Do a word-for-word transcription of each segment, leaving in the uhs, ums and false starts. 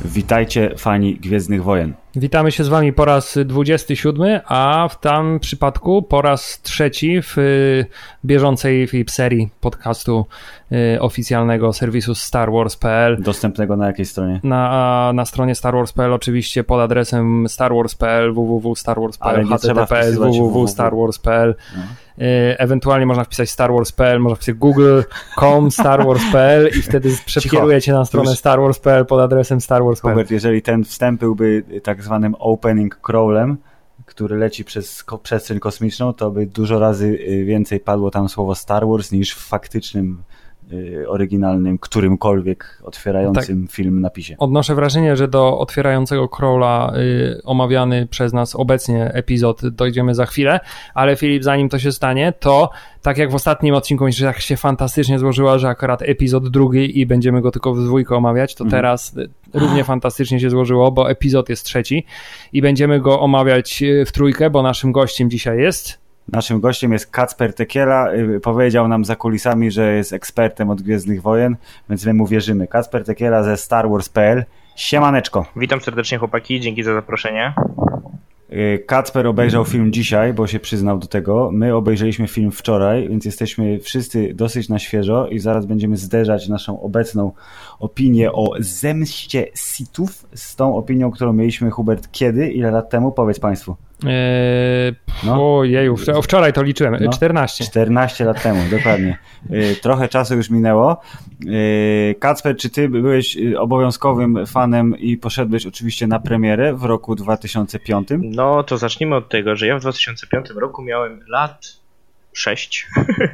Witajcie fani Gwiezdnych Wojen. Witamy się z wami po raz dwudziesty siódmy, a w tym przypadku po raz trzeci w bieżącej serii podcastu oficjalnego serwisu Star Wars kropka p l. Dostępnego na jakiej stronie? Na, na stronie Star Wars kropka p l, oczywiście pod adresem star wars kropka p l, w w w kropka star wars kropka p l, h t t p s w w w kropka star wars kropka p l. No. Ewentualnie można wpisać star wars kropka p l, można wpisać google kropka com star wars kropka p l i wtedy przekierujecie na stronę star wars kropka p l pod adresem star wars kropka p l. Hubert, jeżeli ten wstęp byłby tak zwanym opening crawlem, który leci przez ko- przestrzeń kosmiczną, to by dużo razy więcej padło tam słowo Star Wars niż w faktycznym y, oryginalnym, którymkolwiek otwierającym tak. film napisie. Odnoszę wrażenie, że do otwierającego crawla y, omawiany przez nas obecnie epizod dojdziemy za chwilę, ale Filip, zanim to się stanie, to tak jak w ostatnim odcinku, że tak się fantastycznie złożyła, że akurat epizod drugi i będziemy go tylko w dwójkę omawiać, to mhm. teraz równie fantastycznie się złożyło, bo epizod jest trzeci i będziemy go omawiać w trójkę, bo naszym gościem dzisiaj jest... Naszym gościem jest Kacper Tekiela. Powiedział nam za kulisami, że jest ekspertem od Gwiezdnych Wojen, więc my mu wierzymy. Kacper Tekiela ze star wars kropka p l. Siemaneczko. Witam serdecznie chłopaki, dzięki za zaproszenie. Kacper obejrzał film dzisiaj, bo się przyznał do tego. My obejrzeliśmy film wczoraj, więc jesteśmy wszyscy dosyć na świeżo i zaraz będziemy zderzać naszą obecną opinię o zemście Sithów z tą opinią, którą mieliśmy, Hubert, kiedy? Ile lat temu? Powiedz państwu. Eee, no. Ojeju, wczoraj to liczyłem, no, czternaście. czternaście lat temu, dokładnie. Eee, trochę czasu już minęło. Eee, Kacper, czy ty byłeś obowiązkowym fanem i poszedłeś oczywiście na premierę w roku dwa tysiące piątym? No to zacznijmy od tego, że ja w dwa tysiące piątym roku miałem lat sześć,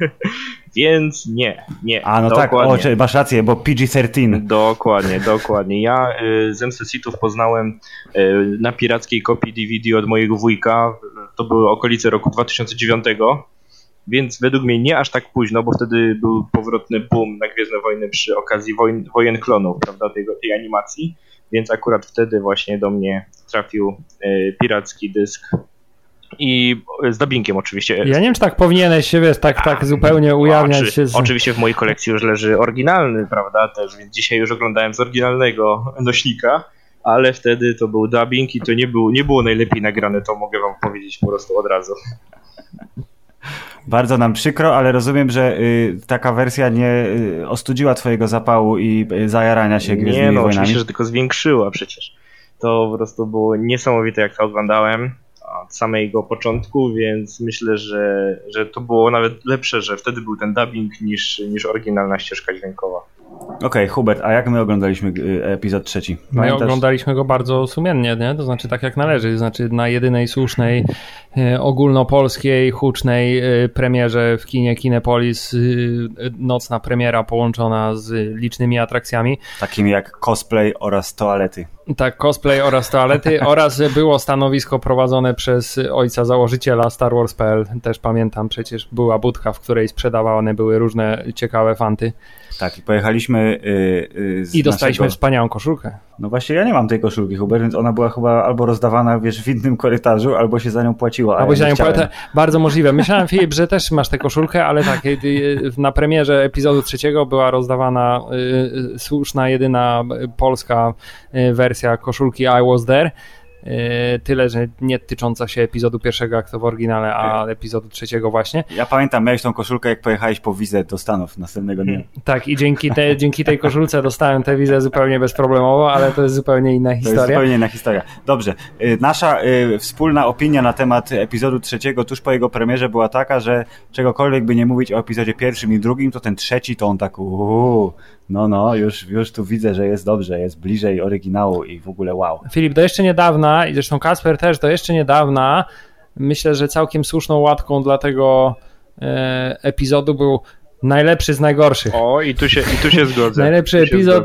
więc nie, nie. A no dokładnie. Tak, o, masz rację, bo P G trzynaście. Dokładnie, dokładnie. Ja y, Zemstę Sithów poznałem y, na pirackiej kopii D V D od mojego wujka, to były okolice roku dwa tysiące dziewiątego, więc według mnie nie aż tak późno, bo wtedy był powrotny boom na Gwiezdne Wojny przy okazji wojen, wojen klonów, prawda, tej, tej animacji, więc akurat wtedy właśnie do mnie trafił y, piracki dysk. I z dubbingiem oczywiście. Ja nie wiem, czy tak powinieneś się, wiesz, tak, tak zupełnie ujawniać Oczy, się. Z... Oczywiście w mojej kolekcji już leży oryginalny, prawda, też, więc dzisiaj już oglądałem z oryginalnego nośnika, ale wtedy to był dubbing i to nie, był, nie było najlepiej nagrane, to mogę wam powiedzieć po prostu od razu. Bardzo nam przykro, ale rozumiem, że y, taka wersja nie y, ostudziła twojego zapału i y, zajarania się Gwiezdnymi Nie, no Wojnami. oczywiście, że tylko zwiększyła przecież. To po prostu było niesamowite, jak to oglądałem od samego początku, więc myślę, że, że to było nawet lepsze, że wtedy był ten dubbing niż, niż oryginalna ścieżka dźwiękowa. Okej, okay, Hubert, a jak my oglądaliśmy epizod trzeci? Pamiętasz? My oglądaliśmy go bardzo sumiennie, nie? To znaczy tak jak należy, to znaczy na jedynej słusznej, e, ogólnopolskiej, hucznej e, premierze w kinie Kinepolis, e, nocna premiera połączona z licznymi atrakcjami. Takimi jak cosplay oraz toalety. Tak, cosplay oraz toalety oraz było stanowisko prowadzone przez ojca założyciela Star Wars kropka p l. Też pamiętam, przecież była budka, w której sprzedawane były różne ciekawe fanty. Tak, i pojechaliśmy yy, yy, z I dostaliśmy naszego... wspaniałą koszulkę. No właśnie, ja nie mam tej koszulki, Hubert, więc ona była chyba albo rozdawana, wiesz, w innym korytarzu, albo się za nią płaciło. Albo ja się za nią płaciło. Bardzo możliwe. Myślałem, Filip, że też masz tę koszulkę, ale tak, na premierze epizodu trzeciego była rozdawana yy, słuszna, jedyna polska yy, wersja koszulki I Was There. Tyle, że nie tycząca się epizodu pierwszego, jak to w oryginale, a epizodu trzeciego właśnie. Ja pamiętam, miałeś tą koszulkę, jak pojechałeś po wizę do Stanów następnego dnia. Tak, i dzięki, te, dzięki tej koszulce dostałem tę wizę zupełnie bezproblemowo, ale to jest zupełnie inna historia. To jest zupełnie inna historia. Dobrze, nasza y, wspólna opinia na temat epizodu trzeciego tuż po jego premierze była taka, że czegokolwiek by nie mówić o epizodzie pierwszym i drugim, to ten trzeci to on tak uuu, no no, już, już tu widzę, że jest dobrze, jest bliżej oryginału i w ogóle wow. Filip, do jeszcze niedawna, i zresztą Kacper też, do jeszcze niedawna, myślę, że całkiem słuszną łatką dla tego e, epizodu był najlepszy z najgorszych. O, i tu się, i tu się zgodzę. Najlepszy epizod...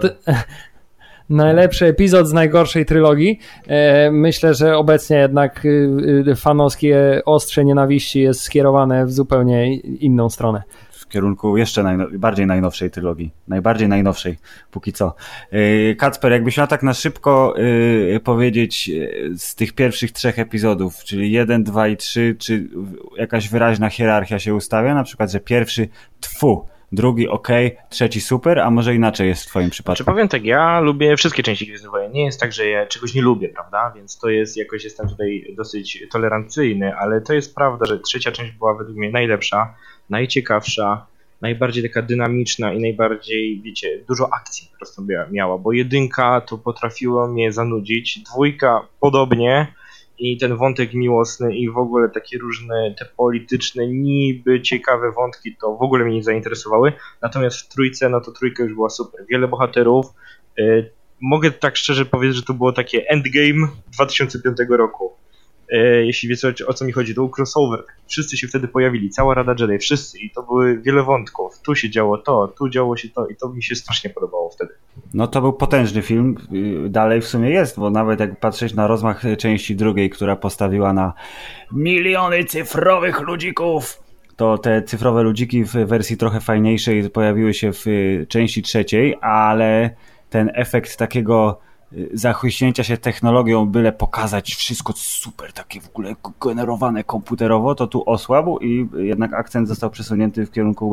Najlepszy epizod z najgorszej trylogii. E, myślę, że obecnie jednak e, fanowskie ostrze nienawiści jest skierowane w zupełnie inną stronę. W kierunku jeszcze najno- bardziej najnowszej trylogii. Najbardziej najnowszej, póki co. Yy, Kacper, jakbyś miał tak na szybko yy, powiedzieć yy, z tych pierwszych trzech epizodów, czyli jeden, dwa i trzy, czy jakaś wyraźna hierarchia się ustawia? Na przykład, że pierwszy tfu, drugi okej, okay, trzeci super, a może inaczej jest w twoim przypadku? Czy powiem tak, ja lubię wszystkie części Gwiezdnych Wojen. Nie jest tak, że ja czegoś nie lubię, prawda? Więc to jest, jakoś jestem tutaj dosyć tolerancyjny, ale to jest prawda, że trzecia część była według mnie najlepsza, najciekawsza, najbardziej taka dynamiczna i najbardziej, wiecie, dużo akcji po prostu miała, bo jedynka to potrafiło mnie zanudzić, dwójka podobnie i ten wątek miłosny i w ogóle takie różne te polityczne, niby ciekawe wątki to w ogóle mnie nie zainteresowały, natomiast w trójce, no to trójka już była super, wiele bohaterów, yy, mogę tak szczerze powiedzieć, że to było takie endgame dwa tysiące piątego roku. Jeśli wiecie o co mi chodzi, to był crossover. Wszyscy się wtedy pojawili, cała Rada Jedi, wszyscy i to były wiele wątków. Tu się działo to, tu działo się to i to mi się strasznie podobało wtedy. No to był potężny film, dalej w sumie jest, bo nawet jak patrzeć na rozmach części drugiej, która postawiła na miliony cyfrowych ludzików, to te cyfrowe ludziki w wersji trochę fajniejszej pojawiły się w części trzeciej, ale ten efekt takiego zachłyśnięcia się technologią, byle pokazać wszystko super, takie w ogóle generowane komputerowo, to tu osłabł i jednak akcent został przesunięty w kierunku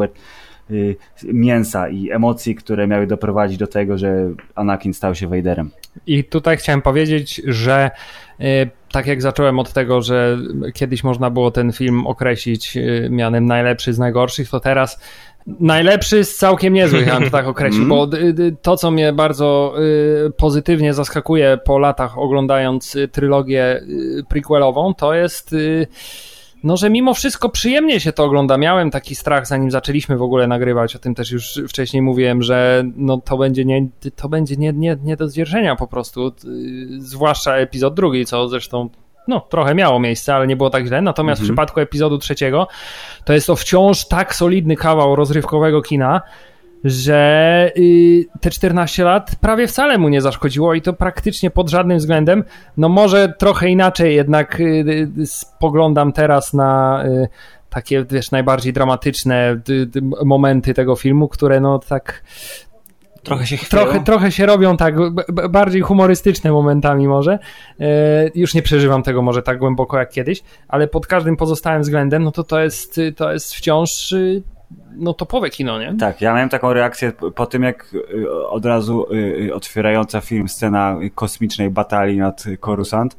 mięsa i emocji, które miały doprowadzić do tego, że Anakin stał się Vaderem. I tutaj chciałem powiedzieć, że tak jak zacząłem od tego, że kiedyś można było ten film określić mianem najlepszy z najgorszych, to teraz najlepszy z całkiem niezłych, ja bym to tak określił, bo to, co mnie bardzo pozytywnie zaskakuje po latach oglądając trylogię prequelową, to jest no, że mimo wszystko przyjemnie się to ogląda. Miałem taki strach, zanim zaczęliśmy w ogóle nagrywać, o tym też już wcześniej mówiłem, że no, to będzie, nie, to będzie nie, nie, nie do zdzierżenia po prostu, zwłaszcza epizod drugi, co zresztą no, trochę miało miejsce, ale nie było tak źle. Natomiast mhm. w przypadku epizodu trzeciego to jest to wciąż tak solidny kawał rozrywkowego kina, że yy, te czternaście lat prawie wcale mu nie zaszkodziło i to praktycznie pod żadnym względem. No może trochę inaczej jednak yy, spoglądam teraz na yy, takie, wiesz, najbardziej dramatyczne yy, yy, momenty tego filmu, które no tak... Trochę się trochę, trochę się robią tak b- bardziej humorystyczne momentami może. E, już nie przeżywam tego może tak głęboko jak kiedyś, ale pod każdym pozostałym względem, no to to jest, to jest wciąż no topowe kino, nie? Tak, ja miałem taką reakcję po tym, jak od razu otwierająca film scena kosmicznej batalii nad Coruscant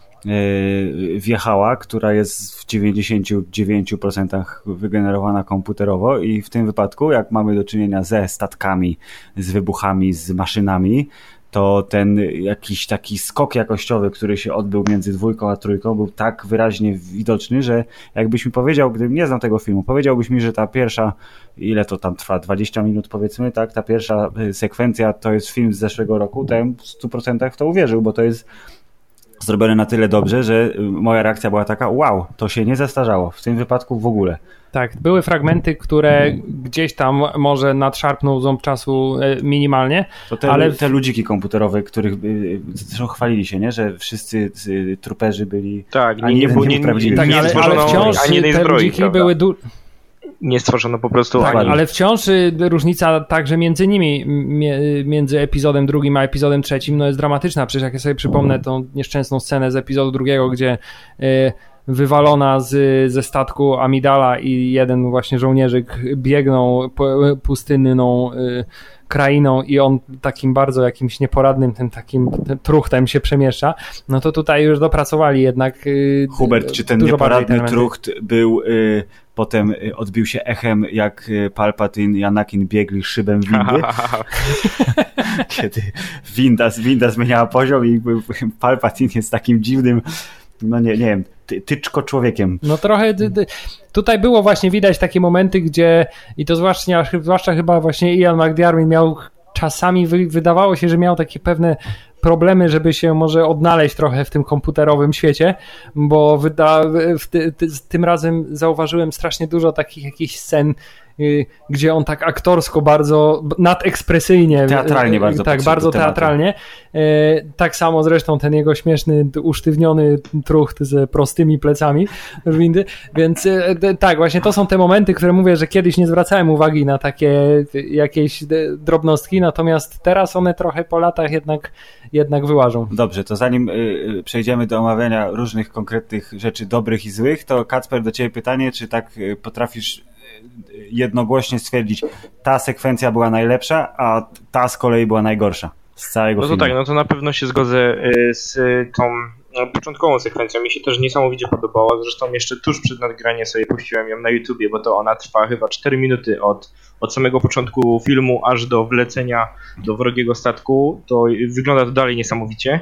wjechała, która jest w dziewięćdziesiąt dziewięć procent wygenerowana komputerowo i w tym wypadku, jak mamy do czynienia ze statkami, z wybuchami, z maszynami, to ten jakiś taki skok jakościowy, który się odbył między dwójką a trójką, był tak wyraźnie widoczny, że jakbyś mi powiedział, gdybym nie znał tego filmu, powiedziałbyś mi, że ta pierwsza, ile to tam trwa, dwadzieścia minut powiedzmy, tak, ta pierwsza sekwencja to jest film z zeszłego roku, to ja bym w stu procentach w to uwierzył, bo to jest zrobione na tyle dobrze, że moja reakcja była taka, wow, to się nie zestarzało, w tym wypadku w ogóle. Tak, były fragmenty, które gdzieś tam może nadszarpnął ząb czasu minimalnie, to te, ale... te ludziki komputerowe, których zresztą chwalili się, nie? Że wszyscy truperzy byli... Tak, nie, nie, nie, nie, tak, nie ale, ale wciąż te zbroi, ludziki prawda? były... Du- nie stworzono po prostu... Tak, ani... ale wciąż różnica także między nimi, między epizodem drugim a epizodem trzecim, no jest dramatyczna. Przecież jak ja sobie przypomnę tą nieszczęsną scenę z epizodu drugiego, gdzie y, wywalona z, ze statku Amidala i jeden właśnie żołnierzyk biegną pustynną y, krainą i on takim bardzo jakimś nieporadnym tym takim truchtem się przemieszcza, no to tutaj już dopracowali jednak y, Hubert, czy ten nieporadny trucht był... Y... Potem odbił się echem, jak Palpatine i Anakin biegli szybem windy. Kiedy winda, winda zmieniała poziom i Palpatine jest takim dziwnym, no nie, nie wiem, ty, tyczko człowiekiem. No trochę ty, ty, tutaj było właśnie widać takie momenty, gdzie i to zwłaszcza, zwłaszcza chyba właśnie Ian McDiarmid miał czasami, wy, wydawało się, że miał takie pewne problemy, żeby się może odnaleźć trochę w tym komputerowym świecie, bo wyda, w ty, ty, tym razem zauważyłem strasznie dużo takich jakichś scen, y, gdzie on tak aktorsko bardzo nadekspresyjnie, teatralnie bardzo, tak, bardzo teatralnie. Y, tak samo zresztą ten jego śmieszny, usztywniony trucht z prostymi plecami windy, więc y, tak, właśnie to są te momenty, które mówię, że kiedyś nie zwracałem uwagi na takie jakieś drobnostki, natomiast teraz one trochę po latach jednak jednak wyłażą. Dobrze, to zanim y, przejdziemy do omawiania różnych konkretnych rzeczy dobrych i złych, to Kacper, do ciebie pytanie, czy tak y, potrafisz jednogłośnie stwierdzić, ta sekwencja była najlepsza, a ta z kolei była najgorsza z całego filmu. No to filmu. Tak, no to na pewno się zgodzę z tą początkową sekwencją. Mi się też niesamowicie podobała, zresztą jeszcze tuż przed nadgraniem sobie puściłem ją na YouTubie, bo to ona trwa chyba cztery minuty od, od samego początku filmu aż do wlecenia do wrogiego statku. To wygląda to dalej niesamowicie.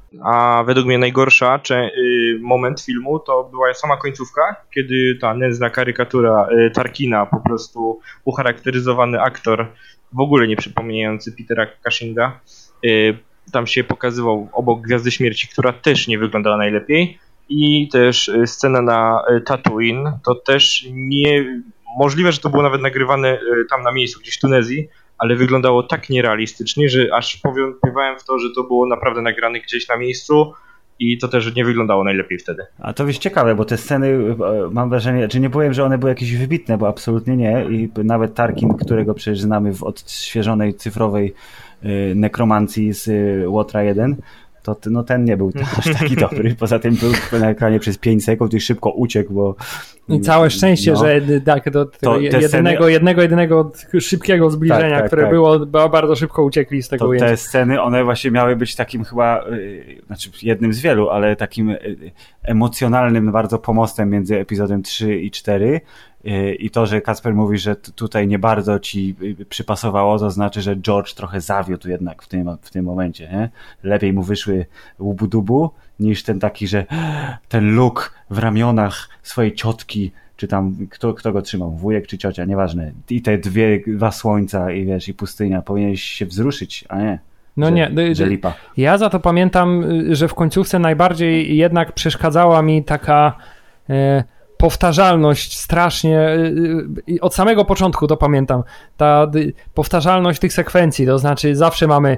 A według mnie najgorsza cze- moment filmu to była sama końcówka, kiedy ta nędzna karykatura Tarkina, po prostu ucharakteryzowany aktor, w ogóle nie przypominający Petera Cushinga, tam się pokazywał obok Gwiazdy Śmierci, która też nie wyglądała najlepiej, i też scena na Tatooine, to też nie... Możliwe, że to było nawet nagrywane tam na miejscu, gdzieś w Tunezji, ale wyglądało tak nierealistycznie, że aż powątpiewałem w to, że to było naprawdę nagrane gdzieś na miejscu i to też nie wyglądało najlepiej wtedy. A to jest ciekawe, bo te sceny, mam wrażenie, czy nie powiem, że one były jakieś wybitne, bo absolutnie nie, i nawet Tarkin, którego przecież znamy w odświeżonej cyfrowej y, nekromancji z y, Łotra jeden, to no ten nie był aż taki dobry. Poza tym był na ekranie przez pięć sekund i szybko uciekł, bo... I całe szczęście, no, że tak, do tego jedynego, sceny... jednego, jedynego szybkiego zbliżenia, tak, tak, które tak. było, bardzo szybko uciekli z tego to ujęcia. Te sceny, one właśnie miały być takim chyba, znaczy jednym z wielu, ale takim emocjonalnym bardzo pomostem między epizodem trzy i cztery. I to, że Kacper mówi, że tutaj nie bardzo ci przypasowało, to znaczy, że George trochę zawiódł jednak w tym, w tym momencie. Nie? Lepiej mu wyszły łubu-dubu niż ten taki, że ten look w ramionach swojej ciotki, czy tam kto, kto go trzymał, wujek czy ciocia, nieważne. I te dwie, dwa słońca i wiesz, i pustynia, powinieneś się wzruszyć, a nie. No że, nie, że lipa. Ja za to pamiętam, że w końcówce najbardziej jednak przeszkadzała mi taka... E, powtarzalność strasznie, od samego początku to pamiętam, ta powtarzalność tych sekwencji, to znaczy zawsze mamy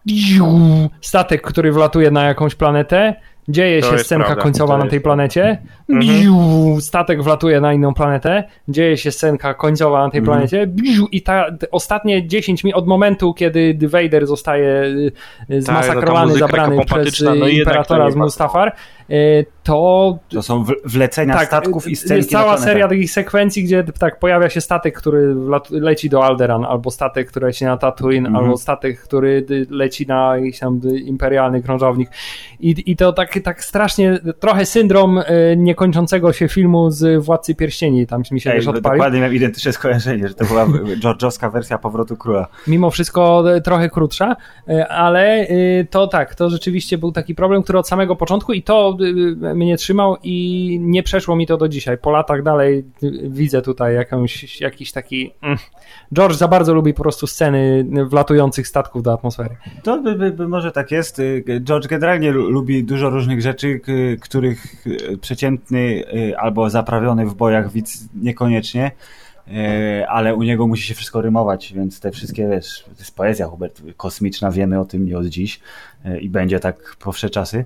statek, który wlatuje na jakąś planetę, dzieje to się scenka prawda. końcowa na tej planecie, mhm. statek wlatuje na inną planetę, dzieje się scenka końcowa na tej mhm. planecie i ta ostatnie dziesięć minut od momentu, kiedy Vader zostaje zmasakrowany, Ta, no zabrany przez no imperatora z Mustafar, to... To są wlecenia tak, statków i scenki jest cała seria takich sekwencji, gdzie tak pojawia się statek, który leci do Alderaan, albo statek, który leci na Tatooine, mhm. albo statek, który leci na jakiś tam imperialny krążownik. I, i to tak, tak strasznie, trochę syndrom niekończącego się filmu z Władcy Pierścieni, tam mi się Ej, też odpalił. Dokładnie miałem identyczne skojarzenie, że to była george'owska wersja Powrotu Króla. Mimo wszystko trochę krótsza, ale to tak, to rzeczywiście był taki problem, który od samego początku i to mnie trzymał i nie przeszło mi to do dzisiaj. Po latach dalej widzę tutaj jakąś, jakiś taki... George za bardzo lubi po prostu sceny wlatujących statków do atmosfery. To by, by, by może tak jest. George generalnie lubi dużo różnych rzeczy, których przeciętny albo zaprawiony w bojach widz niekoniecznie, ale u niego musi się wszystko rymować, więc te wszystkie, wiesz, to jest poezja, Hubert, kosmiczna, wiemy o tym nie od dziś i będzie tak po wsze czasy.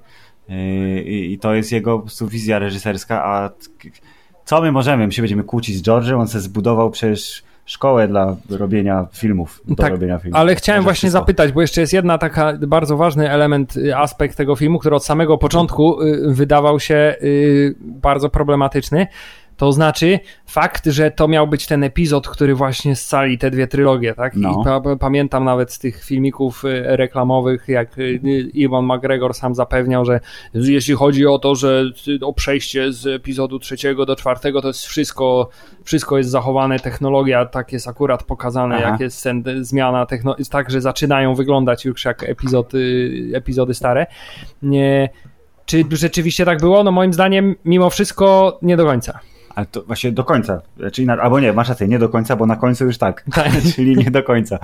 I to jest jego po prostu wizja reżyserska, a co my możemy? My się będziemy kłócić z George'em, on sobie zbudował przecież szkołę dla robienia filmów. Do tak, robienia filmów. Ale chciałem Może właśnie wszystko. zapytać, bo jeszcze jest jedna taka bardzo ważny element, aspekt tego filmu, który od samego początku wydawał się bardzo problematyczny. To znaczy fakt, że to miał być ten epizod, który właśnie scali te dwie trylogie, tak? No. I pa- pamiętam nawet z tych filmików reklamowych, jak Ewan McGregor sam zapewniał, że jeśli chodzi o to, że o przejście z epizodu trzeciego do czwartego, to jest wszystko, wszystko jest zachowane, technologia, tak jest akurat pokazane, Aha. jak jest ten, zmiana, techno- tak, że zaczynają wyglądać już jak epizody, epizody stare. Nie. Czy rzeczywiście tak było? No moim zdaniem mimo wszystko nie do końca. Ale to właśnie do końca, czyli na, albo nie, masz rację, nie do końca, bo na końcu już tak, tak. czyli nie do końca.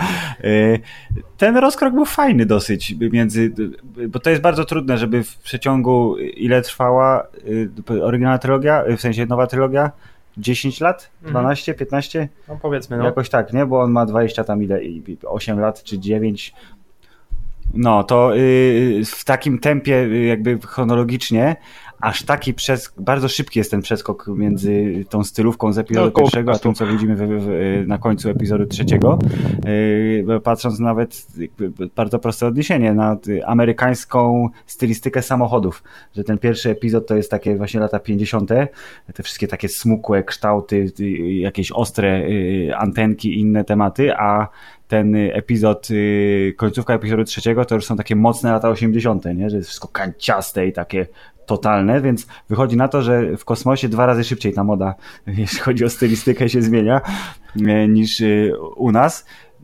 Ten rozkrok był fajny dosyć między, bo to jest bardzo trudne, żeby w przeciągu, ile trwała oryginalna trylogia, w sensie nowa trylogia, dziesięć lat, dwanaście, piętnaście? No powiedzmy, no. Jakoś tak, nie? Bo on ma dwadzieścia tam ile, osiem lat czy dziewięć. No, to w takim tempie jakby chronologicznie, aż taki przeskok, bardzo szybki jest ten przeskok między tą stylówką z epizodu no, pierwszego, a tym, co widzimy w, w, na końcu epizodu trzeciego. Yy, patrząc nawet, bardzo proste odniesienie na amerykańską stylistykę samochodów, że ten pierwszy epizod to jest takie właśnie lata pięćdziesiąte, te wszystkie takie smukłe kształty, jakieś ostre antenki i inne tematy, a ten epizod, końcówka epizodu trzeciego to już są takie mocne lata osiemdziesiąte, nie? Że jest wszystko kanciaste i takie totalne, więc wychodzi na to, że w kosmosie dwa razy szybciej ta moda, jeśli chodzi o stylistykę, się zmienia niż u nas.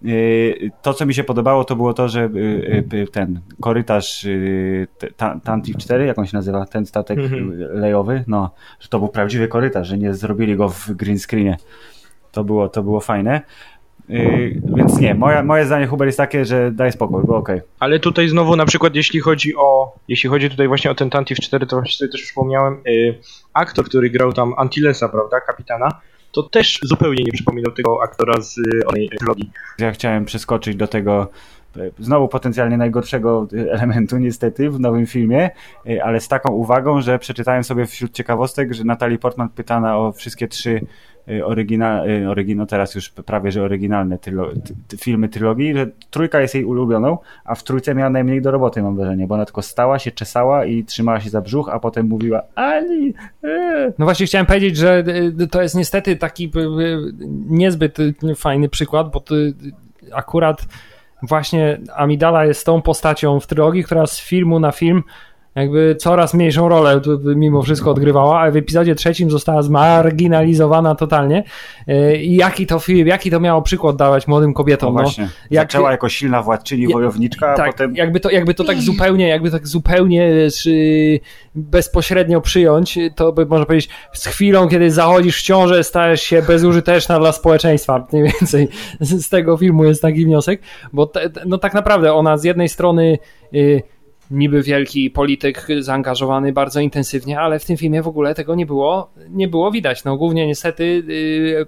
To, co mi się podobało, to było to, że ten korytarz Tantive cztery, jak on się nazywa, ten statek mm-hmm. lejowy, no, że to był prawdziwy korytarz, że nie zrobili go w green screenie. To było, to było fajne. Yy, więc nie, moja, moje zdanie, Hubert, jest takie, że daj spokój, bo okej. Okay. Ale tutaj znowu na przykład jeśli chodzi o jeśli chodzi tutaj właśnie o ten Tantive cztery, to właśnie sobie też przypomniałem, yy, aktor, który grał tam Antillesa, prawda, kapitana, to też zupełnie nie przypominał tego aktora z tej trylogii. Ja chciałem przeskoczyć do tego znowu potencjalnie najgorszego elementu niestety w nowym filmie, ale z taką uwagą, że przeczytałem sobie wśród ciekawostek, że Natalie Portman pytana o wszystkie trzy oryginalne, oryginal, teraz już prawie że oryginalne tylo, ty, filmy trylogii, że trójka jest jej ulubioną, a w trójce miała najmniej do roboty, mam wrażenie, bo ona tylko stała się, czesała i trzymała się za brzuch, a potem mówiła Ali. Ee. No właśnie chciałem powiedzieć, że to jest niestety taki niezbyt fajny przykład, bo to akurat właśnie Amidala jest tą postacią w trylogii, która z filmu na film jakby coraz mniejszą rolę mimo wszystko odgrywała, a w epizodzie trzecim została zmarginalizowana totalnie. I jaki to film, jaki to miało przykład dawać młodym kobietom? No właśnie. No, jak, zaczęła jako silna władczyni, wojowniczka, a tak, potem... Jakby to, jakby to tak zupełnie, jakby tak zupełnie czy bezpośrednio przyjąć, to by można powiedzieć, z chwilą, kiedy zachodzisz w ciążę, stajesz się bezużyteczna dla społeczeństwa. Mniej więcej z tego filmu jest taki wniosek, bo te, no tak naprawdę ona z jednej strony yy, niby wielki polityk zaangażowany bardzo intensywnie, ale w tym filmie w ogóle tego nie było, nie było widać. No głównie niestety yy,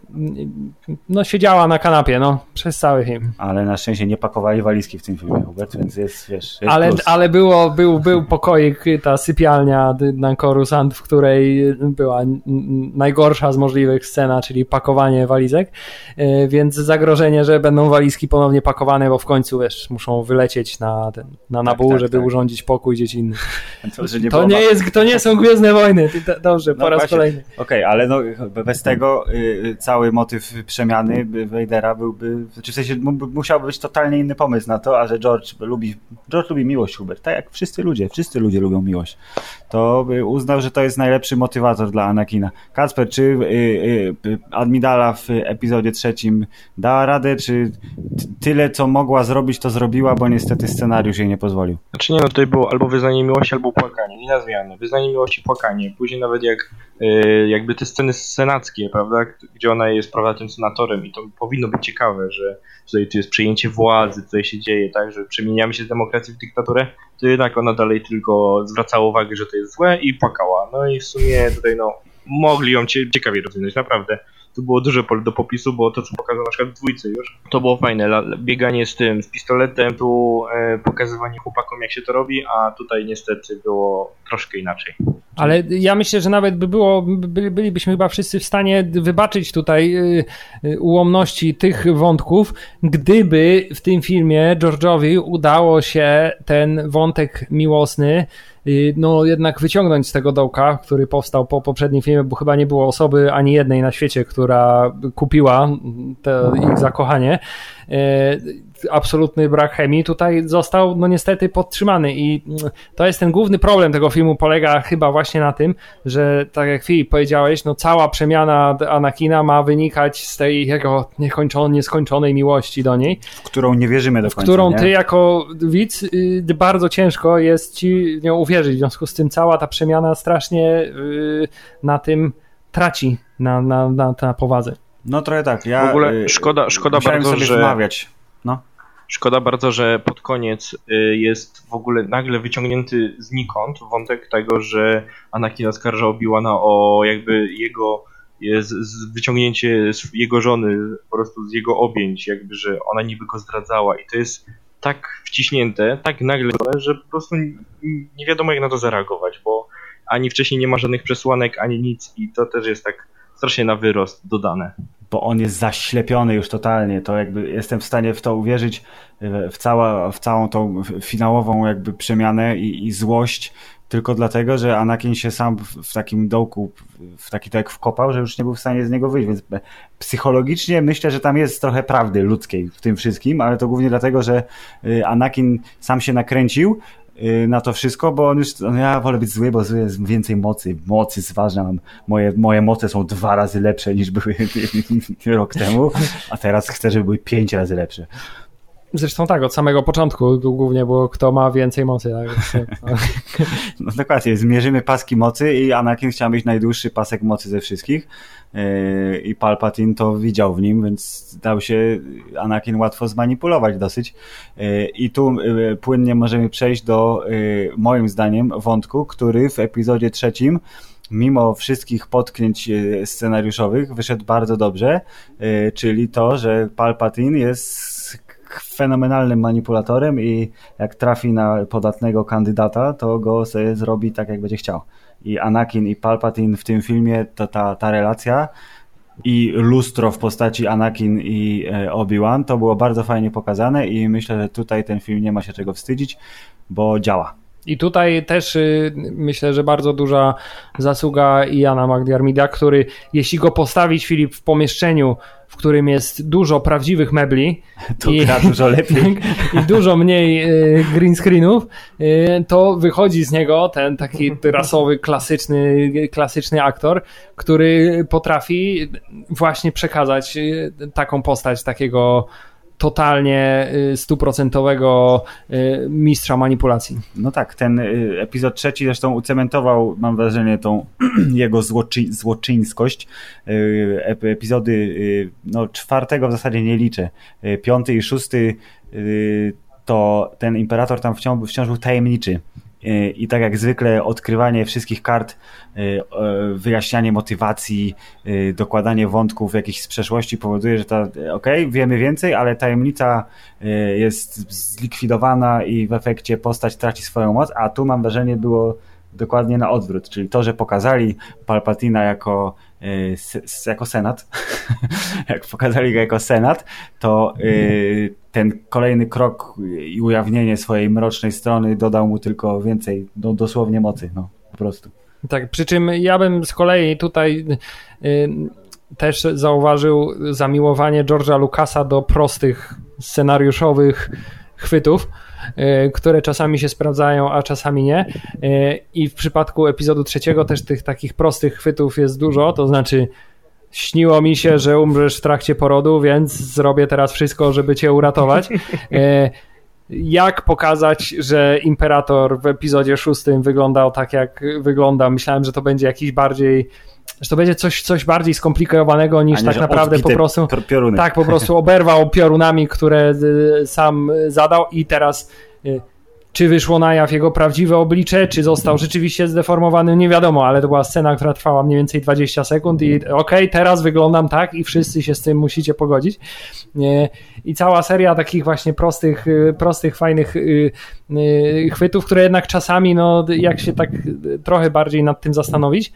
no siedziała na kanapie, no przez cały film. Ale na szczęście nie pakowali walizki w tym filmie, Hubert, więc jest, wiesz, jest ale, plus. ale było, był, był pokoik, ta sypialnia na Coruscant, w której była najgorsza z możliwych scena, czyli pakowanie walizek, yy, więc zagrożenie, że będą walizki ponownie pakowane, bo w końcu, wiesz, muszą wylecieć na, ten, na Naboo, tak, tak, żeby tak. urządzić pokój dziecinny. To, że nie, to, nie jest, to nie są Gwiezdne Wojny. Dobrze, no po raz właśnie. Kolejny. Okej, okay, ale no, bez tego y, cały motyw przemiany Vadera byłby, znaczy w sensie musiałby być totalnie inny pomysł na to, a że George lubi, George lubi miłość, Hubert, tak jak wszyscy ludzie, wszyscy ludzie lubią miłość, to by uznał, że to jest najlepszy motywator dla Anakina. Kacper, czy y, y, Amidala w epizodzie trzecim dała radę, czy tyle, co mogła zrobić, to zrobiła, bo niestety scenariusz jej nie pozwolił? Znaczy nie, no tutaj było albo wyznanie miłości, albo płakanie, nie na zmianę. Wyznanie miłości, płakanie. Później nawet jak yy, jakby te sceny senackie, prawda, gdzie ona jest, prawda, tym senatorem i to powinno być ciekawe, że tutaj tu jest przejęcie władzy, tutaj się dzieje, tak, że przemieniamy się z demokracji w dyktaturę, to jednak ona dalej tylko zwracała uwagę, że to jest złe i płakała. No i w sumie tutaj no mogli ją ciekawie rozwinąć, naprawdę. Tu było dużo pole do popisu, bo to, co pokazał na przykład w dwójce już, to było fajne. Bieganie z tym, z pistoletem, tu e, pokazywanie chłopakom, jak się to robi, a tutaj niestety było troszkę inaczej. Ale ja myślę, że nawet by było, by, bylibyśmy chyba wszyscy w stanie wybaczyć tutaj y, y, ułomności tych wątków, gdyby w tym filmie George'owi udało się ten wątek miłosny no jednak wyciągnąć z tego dołka, który powstał po poprzednim filmie, bo chyba nie było osoby ani jednej na świecie, która kupiła te ich zakochanie. Absolutny brak chemii tutaj został no niestety podtrzymany i to jest ten główny problem tego filmu, polega chyba właśnie na tym, że tak jak Filip powiedziałeś, no cała przemiana Anakina ma wynikać z tej jego niekończonej, nieskończonej miłości do niej. W którą nie wierzymy do końca. W którą nie? ty jako widz y, bardzo ciężko jest ci w nią uwierzyć, w związku z tym cała ta przemiana strasznie y, na tym traci, na, na, na, na powadze. No trochę tak. Ja, w ogóle szkoda, szkoda bardzo, sobie że... wmawiać. No. Szkoda bardzo, że pod koniec jest w ogóle nagle wyciągnięty znikąd wątek tego, że Anakin oskarża Obi-Wana o jakby jego z, z wyciągnięcie jego żony po prostu z jego objęć, jakby, że ona niby go zdradzała i to jest tak wciśnięte, tak nagle, że po prostu nie wiadomo jak na to zareagować, bo ani wcześniej nie ma żadnych przesłanek, ani nic i to też jest tak strasznie na wyrost dodane. Bo on jest zaślepiony już totalnie, to jakby jestem w stanie w to uwierzyć, w, cała, w całą tą finałową jakby przemianę i, i złość, tylko dlatego, że Anakin się sam w, w takim dołku, w taki tak wkopał, że już nie był w stanie z niego wyjść, więc psychologicznie myślę, że tam jest trochę prawdy ludzkiej w tym wszystkim, ale to głównie dlatego, że Anakin sam się nakręcił na to wszystko, bo on już, no ja wolę być zły, bo zły jest więcej mocy, mocy zważam, moje, moje moce są dwa razy lepsze niż były rok temu, a teraz chcę, żeby były pięć razy lepsze. Zresztą tak, od samego początku głównie było kto ma więcej mocy. Tak? No dokładnie, zmierzymy paski mocy i Anakin chciał mieć najdłuższy pasek mocy ze wszystkich yy, i Palpatine to widział w nim, więc dał się Anakin łatwo zmanipulować dosyć. Yy, I tu yy, płynnie możemy przejść do yy, moim zdaniem wątku, który w epizodzie trzecim mimo wszystkich potknięć scenariuszowych wyszedł bardzo dobrze, yy, czyli to, że Palpatine jest fenomenalnym manipulatorem i jak trafi na podatnego kandydata, to go sobie zrobi tak, jak będzie chciał. I Anakin i Palpatine w tym filmie, to ta, ta relacja i lustro w postaci Anakin i Obi-Wan, to było bardzo fajnie pokazane i myślę, że tutaj ten film nie ma się czego wstydzić, bo działa. I tutaj też y, myślę, że bardzo duża zasługa Iana McDiarmida, który jeśli go postawić, Filip, w pomieszczeniu, w którym jest dużo prawdziwych mebli to i, gra dużo lepiej i dużo mniej y, green screenów, y, to wychodzi z niego ten taki rasowy, klasyczny, klasyczny aktor, który potrafi właśnie przekazać y, taką postać takiego totalnie stuprocentowego mistrza manipulacji. No tak, ten epizod trzeci zresztą ucementował, mam wrażenie, tą jego złoczy, złoczyńskość. Epizody no, czwartego w zasadzie nie liczę. Piąty i szósty to ten imperator tam wciąż, wciąż był tajemniczy. I tak jak zwykle odkrywanie wszystkich kart, wyjaśnianie motywacji, dokładanie wątków jakichś z przeszłości powoduje, że ta, okej, okay, wiemy więcej, ale tajemnica jest zlikwidowana i w efekcie postać traci swoją moc, a tu mam wrażenie było dokładnie na odwrót, czyli to, że pokazali Palpatina jako, jako senat, jak pokazali go jako senat, to ten kolejny krok i ujawnienie swojej mrocznej strony dodał mu tylko więcej, no, dosłownie mocy, no po prostu. Tak, przy czym ja bym z kolei tutaj y, też zauważył zamiłowanie George'a Lucasa do prostych scenariuszowych chwytów, y, które czasami się sprawdzają, a czasami nie. Y, I w przypadku epizodu trzeciego też tych takich prostych chwytów jest dużo, to znaczy śniło mi się, że umrzesz w trakcie porodu, więc zrobię teraz wszystko, żeby cię uratować. Y, Jak pokazać, że Imperator w epizodzie szóstym wyglądał tak, jak wygląda? Myślałem, że to będzie jakiś bardziej, że to będzie coś, coś bardziej skomplikowanego niż nie, tak naprawdę po prostu pioruny. Tak, po prostu oberwał piorunami, które sam zadał i teraz czy wyszło na jaw jego prawdziwe oblicze, czy został rzeczywiście zdeformowany, nie wiadomo, ale to była scena, która trwała mniej więcej dwadzieścia sekund i okej, okay, teraz wyglądam tak i wszyscy się z tym musicie pogodzić. I cała seria takich właśnie prostych, prostych, fajnych chwytów, które jednak czasami, no jak się tak trochę bardziej nad tym zastanowić,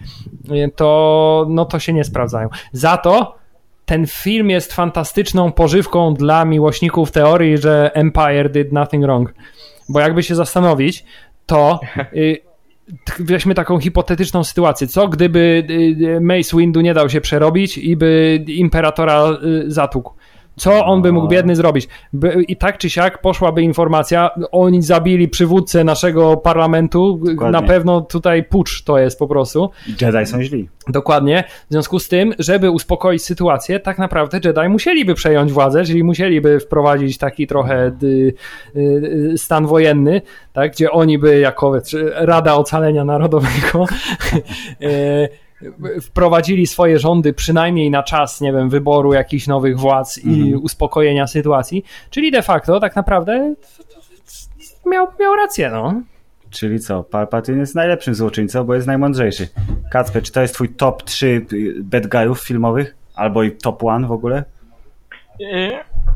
to, no to się nie sprawdzają. Za to ten film jest fantastyczną pożywką dla miłośników teorii, że Empire did nothing wrong. Bo jakby się zastanowić, to y, weźmy taką hipotetyczną sytuację. Co gdyby y, Mace Windu nie dał się przerobić i by Imperatora y, zatłukł? Co on by mógł biedny zrobić? By, i tak czy siak poszłaby informacja, oni zabili przywódcę naszego parlamentu, dokładnie. Na pewno tutaj pucz to jest po prostu. Jedi są źli. Dokładnie. W związku z tym, żeby uspokoić sytuację, tak naprawdę Jedi musieliby przejąć władzę, czyli musieliby wprowadzić taki trochę y, y, stan wojenny, tak, gdzie oni by jako Rada Ocalenia Narodowego y, wprowadzili swoje rządy przynajmniej na czas, nie wiem, wyboru jakichś nowych władz i mhm. uspokojenia sytuacji, czyli de facto tak naprawdę miał, miał rację, no. Czyli co, Palpatine jest najlepszym złoczyńcą, bo jest najmądrzejszy. Kacper, czy to jest twój top trzy bad guyów filmowych? Albo i top one w ogóle?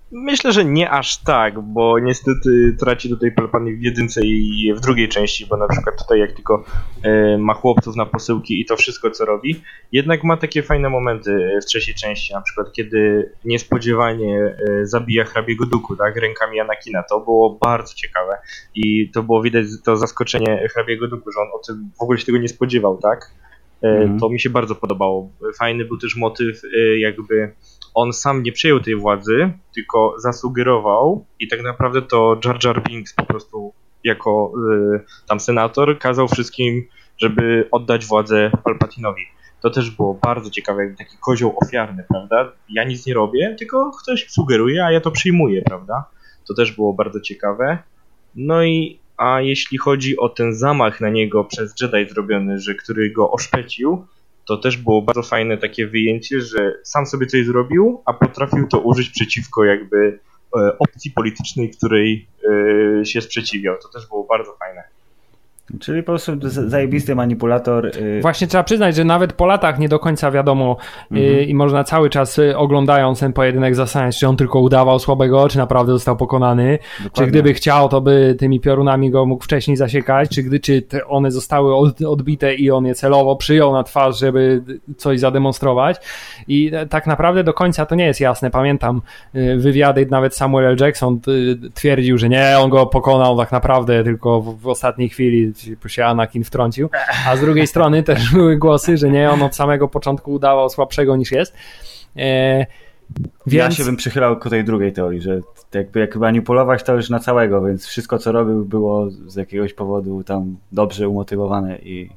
Myślę, że nie aż tak, bo niestety traci tutaj Palpatine w jedynce i w drugiej części, bo na przykład tutaj jak tylko e, ma chłopców na posyłki i to wszystko co robi, jednak ma takie fajne momenty w trzeciej części, na przykład kiedy niespodziewanie e, zabija hrabiego Dooku, tak, rękami Anakina, to było bardzo ciekawe i to było widać to zaskoczenie hrabiego Dooku, że on o tym w ogóle się tego nie spodziewał, tak, e, mm. to mi się bardzo podobało. Fajny był też motyw e, jakby on sam nie przejął tej władzy, tylko zasugerował i tak naprawdę to Jar Jar Binks po prostu jako y, tam senator kazał wszystkim, żeby oddać władzę Palpatinowi. To też było bardzo ciekawe, jakby taki kozioł ofiarny, prawda? Ja nic nie robię, tylko ktoś sugeruje, a ja to przyjmuję, prawda? To też było bardzo ciekawe. No i a jeśli chodzi o ten zamach na niego przez Jedi zrobiony, że który go oszpecił, to też było bardzo fajne takie wyjęcie, że sam sobie coś zrobił, a potrafił to użyć przeciwko jakby e, opcji politycznej, której e, się sprzeciwiał. To też było bardzo fajne. Czyli po prostu zajebisty manipulator. Yy. Właśnie trzeba przyznać, że nawet po latach nie do końca wiadomo yy, mhm. i można cały czas yy, oglądając ten pojedynek zastanawiać się, czy on tylko udawał słabego, czy naprawdę został pokonany. Dokładnie. Czy gdyby chciał, to by tymi piorunami go mógł wcześniej zasiekać, czy gdy czy te one zostały od, odbite i on je celowo przyjął na twarz, żeby coś zademonstrować. I tak naprawdę do końca to nie jest jasne. Pamiętam yy, wywiady, nawet Samuel L. Jackson yy, twierdził, że nie, on go pokonał tak naprawdę tylko w, w ostatniej chwili się Anakin wtrącił, a z drugiej strony też były głosy, że nie, on od samego początku udawał słabszego niż jest. E, więc... Ja się bym przychylał ku tej drugiej teorii, że jakby jak manipulować to już na całego, więc wszystko co robił było z jakiegoś powodu tam dobrze umotywowane i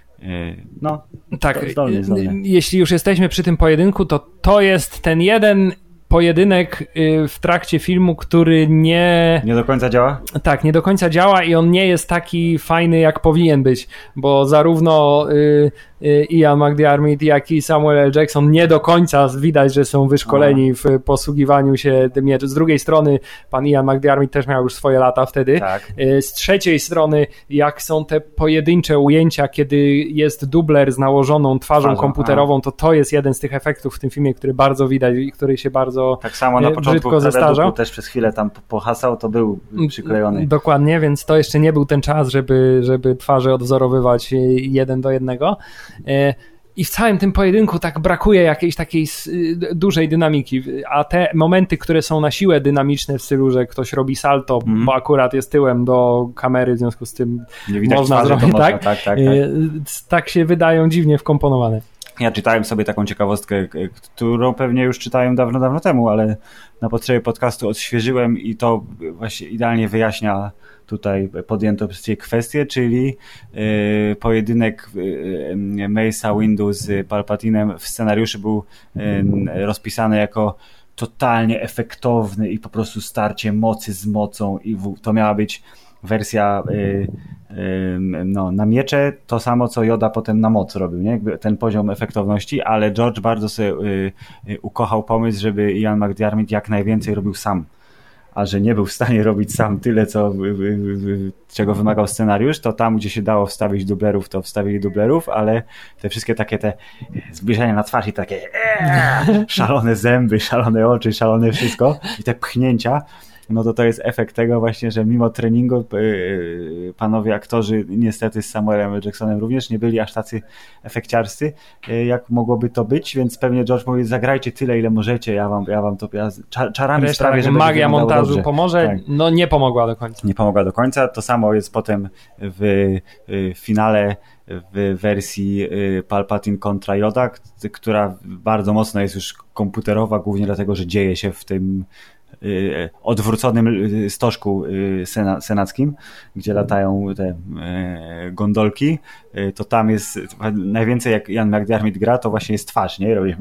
no, tak, zdolnie, zdolnie. Jeśli już jesteśmy przy tym pojedynku, to to jest ten jeden pojedynek w trakcie filmu, który nie... Nie do końca działa? Tak, nie do końca działa i on nie jest taki fajny, jak powinien być, bo zarówno y, y, Ian McDiarmid, jak i Samuel L. Jackson nie do końca widać, że są wyszkoleni w posługiwaniu się tym mieczem. Z drugiej strony pan Ian McDiarmid też miał już swoje lata wtedy. Tak. Y, z trzeciej strony, jak są te pojedyncze ujęcia, kiedy jest dubler z nałożoną twarzą Twarzą, komputerową, a. to to jest jeden z tych efektów w tym filmie, który bardzo widać i który się bardzo tak samo na początku zestarzał. Też przez chwilę tam pohasał, to był przyklejony. Dokładnie, więc to jeszcze nie był ten czas, żeby, żeby twarze odwzorowywać jeden do jednego. I w całym tym pojedynku tak brakuje jakiejś takiej dużej dynamiki, a te momenty, które są na siłę dynamiczne w stylu, że ktoś robi salto, mm. bo akurat jest tyłem do kamery, w związku z tym nie widać można twarzy, zrobić, można, tak? Tak, tak, tak. Tak się wydają dziwnie wkomponowane. Ja czytałem sobie taką ciekawostkę, którą pewnie już czytałem dawno, dawno temu, ale na potrzebie podcastu odświeżyłem i to właśnie idealnie wyjaśnia tutaj podjęto przez ciebie kwestię, czyli yy, pojedynek yy, Mace'a Windu z Palpatinem w scenariuszu był yy, rozpisany jako totalnie efektowny i po prostu starcie mocy z mocą i w, to miała być wersja yy, no, na miecze to samo, co Yoda potem na moc robił, nie? Jakby ten poziom efektowności, ale George bardzo sobie y, y, ukochał pomysł, żeby Ian McDiarmid jak najwięcej robił sam, a że nie był w stanie robić sam tyle, co, y, y, y, czego wymagał scenariusz, to tam, gdzie się dało wstawić dublerów, to wstawili dublerów, ale te wszystkie takie te zbliżenia na twarz i takie ee, szalone zęby, szalone oczy, szalone wszystko i te pchnięcia, no to to jest efekt tego właśnie, że mimo treningu yy, panowie aktorzy niestety z Samuelem L. Jacksonem również nie byli aż tacy efekciarscy, yy, jak mogłoby to być, więc pewnie George mówi, zagrajcie tyle, ile możecie, ja wam, ja wam to ja czar, czarami Reszta, sprawię, żeby magia montażu dobrze. pomoże, tak. No nie pomogła do końca. Nie pomogła do końca, to samo jest potem w, w finale w wersji Palpatine kontra Yoda, która bardzo mocno jest już komputerowa, głównie dlatego, że dzieje się w tym odwróconym stożku sena, senackim, gdzie latają te gondolki, to tam jest najwięcej jak Ian McDiarmid gra, to właśnie jest twarz, nie? Robi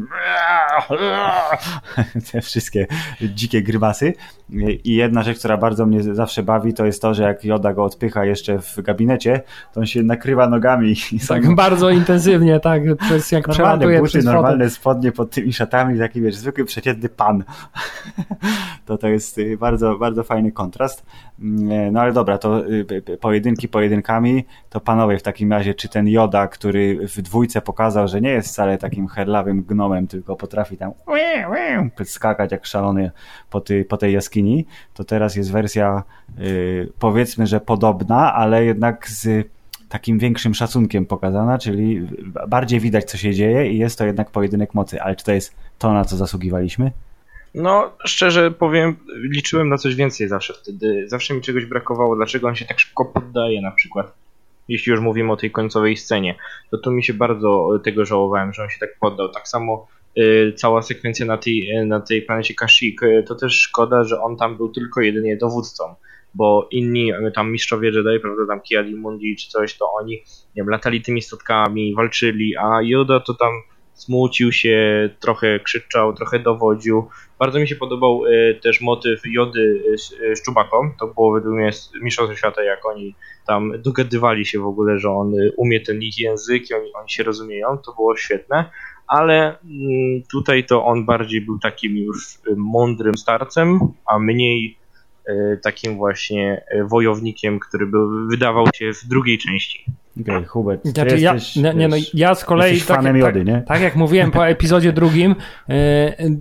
te wszystkie dzikie grymasy. I jedna rzecz, która bardzo mnie zawsze bawi, to jest to, że jak Yoda go odpycha jeszcze w gabinecie, to on się nakrywa nogami. Tak są... bardzo intensywnie, tak, przez jak normalne buty, przez normalne fotel. Spodnie pod tymi szatami, taki wiesz, zwykły przeciętny pan. To to jest bardzo, bardzo fajny kontrast. No ale dobra, to pojedynki pojedynkami, to panowie w takim razie, czy ten Yoda, który w dwójce pokazał, że nie jest wcale takim herlawym gnomem, tylko potrafi tam skakać jak szalony po, ty, po tej jaskini, to teraz jest wersja yy, powiedzmy, że podobna, ale jednak z takim większym szacunkiem pokazana, czyli bardziej widać, co się dzieje i jest to jednak pojedynek mocy. Ale czy to jest to, na co zasługiwaliśmy? No, szczerze powiem, liczyłem na coś więcej zawsze wtedy. Zawsze mi czegoś brakowało. Dlaczego on się tak szybko poddaje na przykład? Jeśli już mówimy o tej końcowej scenie, to tu mi się bardzo tego żałowałem, że on się tak poddał. Tak samo y, cała sekwencja na tej, na tej planecie Kashyyyk, y, to też szkoda, że on tam był tylko jedynie dowódcą, bo inni tam mistrzowie Jedi, prawda, tam Ki-Adi-Mundi czy coś, to oni, nie wiem, latali tymi statkami, walczyli, a Yoda to tam smucił się, trochę krzyczał, trochę dowodził. Bardzo mi się podobał y, też motyw Jody z, z Chewbacą. To było według mnie mistrzostwo świata, jak oni tam dogadywali się w ogóle, że on umie ten ich język i oni, oni się rozumieją. To było świetne, ale y, tutaj to on bardziej był takim już mądrym starcem, a mniej y, takim właśnie wojownikiem, który był, wydawał się w drugiej części. Okej, okay, Hubert, znaczy, jesteś, ja, nie, no, ja z kolei tak, fanem Jody, nie? Tak, tak jak mówiłem po epizodzie drugim, yy,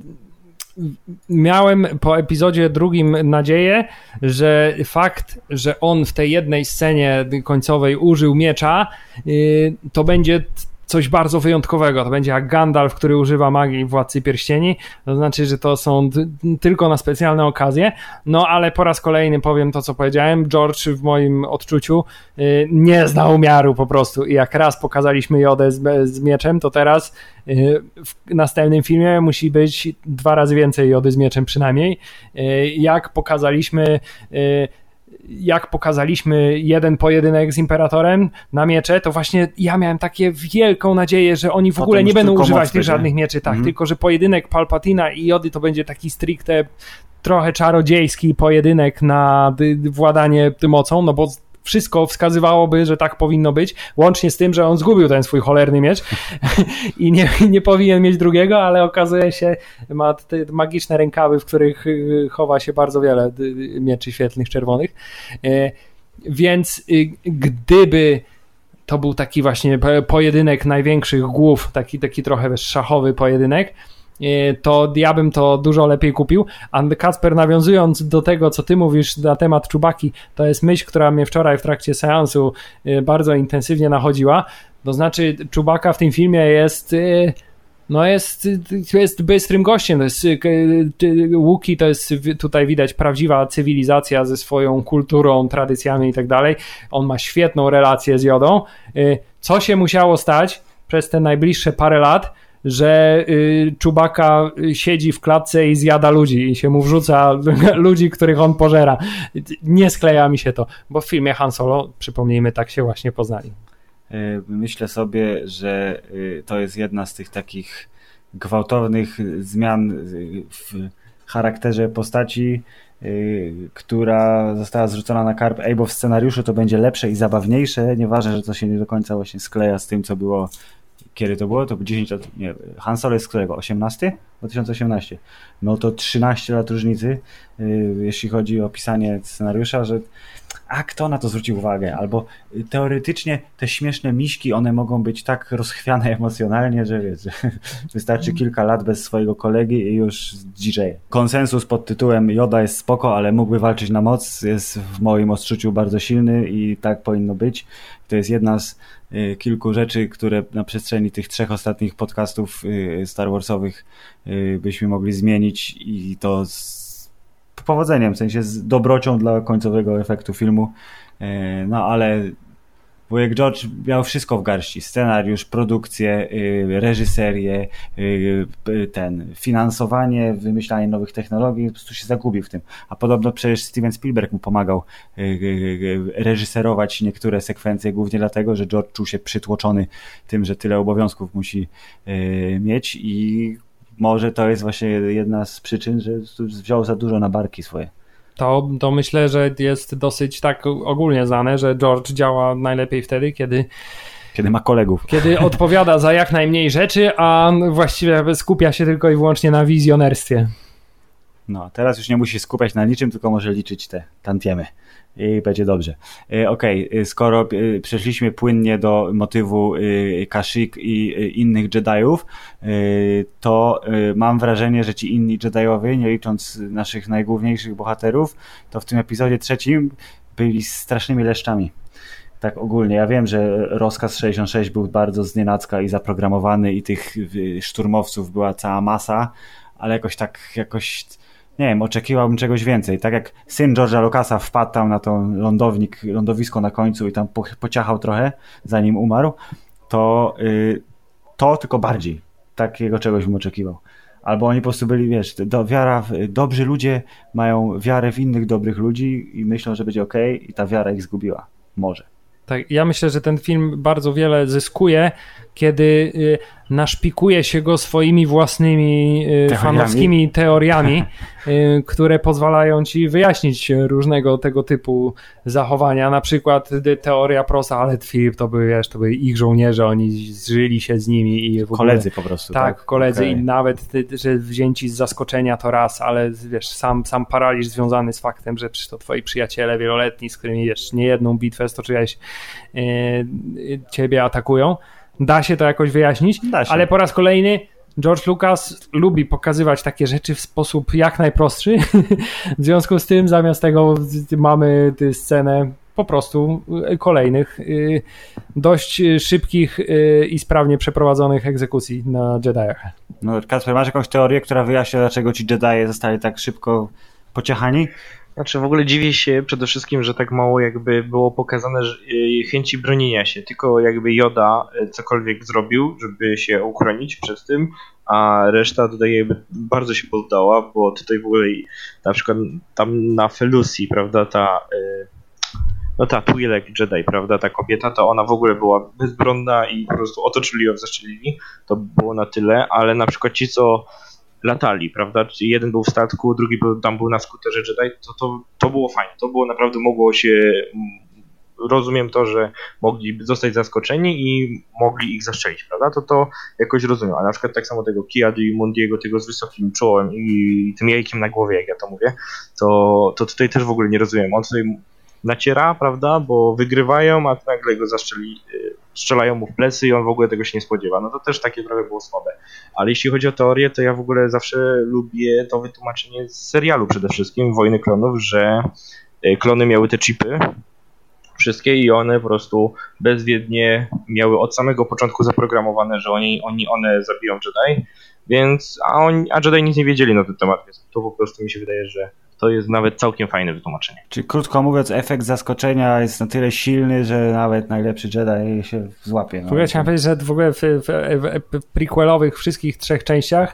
miałem po epizodzie drugim nadzieję, że fakt, że on w tej jednej scenie końcowej użył miecza, yy, to będzie coś bardzo wyjątkowego. To będzie jak Gandalf, który używa magii w Władcy Pierścieni. To znaczy, że to są t- tylko na specjalne okazje. No ale po raz kolejny powiem to, co powiedziałem. George w moim odczuciu y, nie znał miaru po prostu. I jak raz pokazaliśmy Jodę z, z mieczem, to teraz y, w następnym filmie musi być dwa razy więcej Jody z mieczem przynajmniej. Y, jak pokazaliśmy y, jak pokazaliśmy jeden pojedynek z Imperatorem na miecze, to właśnie ja miałem takie wielką nadzieję, że oni w ogóle nie będą używać mocny, tych żadnych mieczy, tak, mm. tylko że pojedynek Palpatina i Jody to będzie taki stricte trochę czarodziejski pojedynek na władanie mocą, no bo wszystko wskazywałoby, że tak powinno być, łącznie z tym, że on zgubił ten swój cholerny miecz i nie, nie powinien mieć drugiego, ale okazuje się, ma te magiczne rękawy, w których chowa się bardzo wiele mieczy świetlnych, czerwonych. Więc gdyby to był taki właśnie pojedynek największych głów, taki, taki trochę szachowy pojedynek, to ja bym to dużo lepiej kupił. A Kacper, nawiązując do tego, co ty mówisz na temat Chewbacki, to jest myśl, która mnie wczoraj w trakcie seansu bardzo intensywnie nachodziła. To znaczy Chewbacca w tym filmie jest no jest, jest bystrym gościem. To jest Wookiee, to jest tutaj widać prawdziwa cywilizacja ze swoją kulturą, tradycjami i tak dalej. On ma świetną relację z Jodą. Co się musiało stać przez te najbliższe parę lat, że y, Chewbacca siedzi w klatce i zjada ludzi i się mu wrzuca ludzi, których on pożera. Nie skleja mi się to, bo w filmie Han Solo, przypomnijmy, tak się właśnie poznali. Myślę sobie, że to jest jedna z tych takich gwałtownych zmian w charakterze postaci, która została zrzucona na karp. Ej, bo w scenariuszu to będzie lepsze i zabawniejsze, nieważne, że to się nie do końca właśnie skleja z tym, co było. Kiedy to było? To było dziesięć lat, nie, Han Solo jest z którego? osiemnaście? dwa tysiące osiemnaście. No to trzynaście lat różnicy, yy, jeśli chodzi o pisanie scenariusza, że a kto na to zwrócił uwagę? Albo teoretycznie te śmieszne miśki, one mogą być tak rozchwiane emocjonalnie, że wiesz, że wystarczy kilka lat bez swojego kolegi i już dzieje. Konsensus pod tytułem Yoda jest spoko, ale mógłby walczyć na moc, jest w moim odczuciu bardzo silny i tak powinno być. To jest jedna z y, kilku rzeczy, które na przestrzeni tych trzech ostatnich podcastów y, Star Warsowych y, byśmy mogli zmienić i to z powodzeniem, w sensie z dobrocią dla końcowego efektu filmu. Y, no ale wujek George miał wszystko w garści. Scenariusz, produkcję, y, reżyserię, y, ten, finansowanie, wymyślanie nowych technologii, po prostu się zagubił w tym. A podobno przecież Steven Spielberg mu pomagał y, y, reżyserować niektóre sekwencje, głównie dlatego, że George czuł się przytłoczony tym, że tyle obowiązków musi y, mieć i może to jest właśnie jedna z przyczyn, że wziął za dużo na barki swoje. To, to myślę, że jest dosyć tak ogólnie znane, że George działa najlepiej wtedy, kiedy Kiedy ma kolegów. Kiedy odpowiada za jak najmniej rzeczy, a właściwie skupia się tylko i wyłącznie na wizjonerstwie. No, teraz już nie musi skupiać na niczym, tylko może liczyć te tantiemy i będzie dobrze. Okej, okay, skoro przeszliśmy płynnie do motywu Kashyyyk i innych Jediów, to mam wrażenie, że ci inni Jediowie, nie licząc naszych najgłówniejszych bohaterów, to w tym epizodzie trzecim byli strasznymi leszczami. Tak ogólnie. Ja wiem, że rozkaz sześćdziesiąt sześć był bardzo znienacka i zaprogramowany i tych szturmowców była cała masa, ale jakoś tak, jakoś nie wiem, oczekiwałbym czegoś więcej. Tak jak syn George'a Lucasa wpadł tam na to lądownik, lądowisko na końcu i tam po, pociachał trochę, zanim umarł, to yy, to tylko bardziej. Takiego czegoś bym oczekiwał. Albo oni po prostu byli, wiesz, do, wiara, w, dobrzy ludzie mają wiarę w innych dobrych ludzi i myślą, że będzie okej, okay, i ta wiara ich zgubiła. Może. Tak, ja myślę, że ten film bardzo wiele zyskuje, kiedy y, naszpikuje się go swoimi własnymi y, fanowskimi teoriami, y, które pozwalają ci wyjaśnić różnego tego typu zachowania. Na przykład y, teoria prosta, ale Filip, to były, wiesz, to byli ich żołnierze, oni zżyli się z nimi i w ogóle, koledzy po prostu. Tak, tak? koledzy okay. I nawet, y, że wzięci z zaskoczenia to raz, ale wiesz, sam, sam paraliż związany z faktem, że to twoi przyjaciele wieloletni, z którymi wiesz, niejedną bitwę stoczyłeś, y, y, ciebie atakują. Da się to jakoś wyjaśnić, ale po raz kolejny George Lucas lubi pokazywać takie rzeczy w sposób jak najprostszy. W związku z tym zamiast tego mamy tę scenę po prostu kolejnych dość szybkich i sprawnie przeprowadzonych egzekucji na Jediach. No, Kacper, masz jakąś teorię, która wyjaśnia, dlaczego ci Jedi zostali tak szybko pociechani? Znaczy w ogóle dziwię się przede wszystkim, że tak mało jakby było pokazane że, y, chęci bronienia się, tylko jakby Yoda cokolwiek zrobił, żeby się uchronić przed tym, a reszta tutaj jakby bardzo się poddała, bo tutaj w ogóle na przykład tam na Felucji, prawda, ta y, no ta Twi'lek Jedi, prawda, ta kobieta, to ona w ogóle była bezbronna i po prostu otoczyli ją, zastrzelili, to było na tyle, ale na przykład ci, co latali, prawda? Jeden był w statku, drugi był, tam był na skuterze Jedi, to, to, to było fajne. To było naprawdę, mogło się... Rozumiem to, że mogli zostać zaskoczeni i mogli ich zastrzelić, prawda? To to jakoś rozumiem. A na przykład tak samo tego Ki-Adi-Mundiego, tego z wysokim czołem i tym jajkiem na głowie, jak ja to mówię, to, to tutaj też w ogóle nie rozumiem. On tutaj naciera, prawda? Bo wygrywają, a nagle go zastrzeli, strzelają mu w plecy i on w ogóle tego się nie spodziewa. No to też takie trochę było słabe. Ale jeśli chodzi o teorię, to ja w ogóle zawsze lubię to wytłumaczenie z serialu przede wszystkim, Wojny Klonów, że klony miały te chipy wszystkie i one po prostu bezwiednie miały od samego początku zaprogramowane, że oni, oni one zabiją Jedi, więc a, oni, a Jedi nic nie wiedzieli na ten temat, więc to po prostu mi się wydaje, że to jest nawet całkiem fajne wytłumaczenie. Czyli krótko mówiąc, efekt zaskoczenia jest na tyle silny, że nawet najlepszy Jedi się złapie. No. W ogóle chciałem powiedzieć, że w ogóle w, w, w prequelowych wszystkich trzech częściach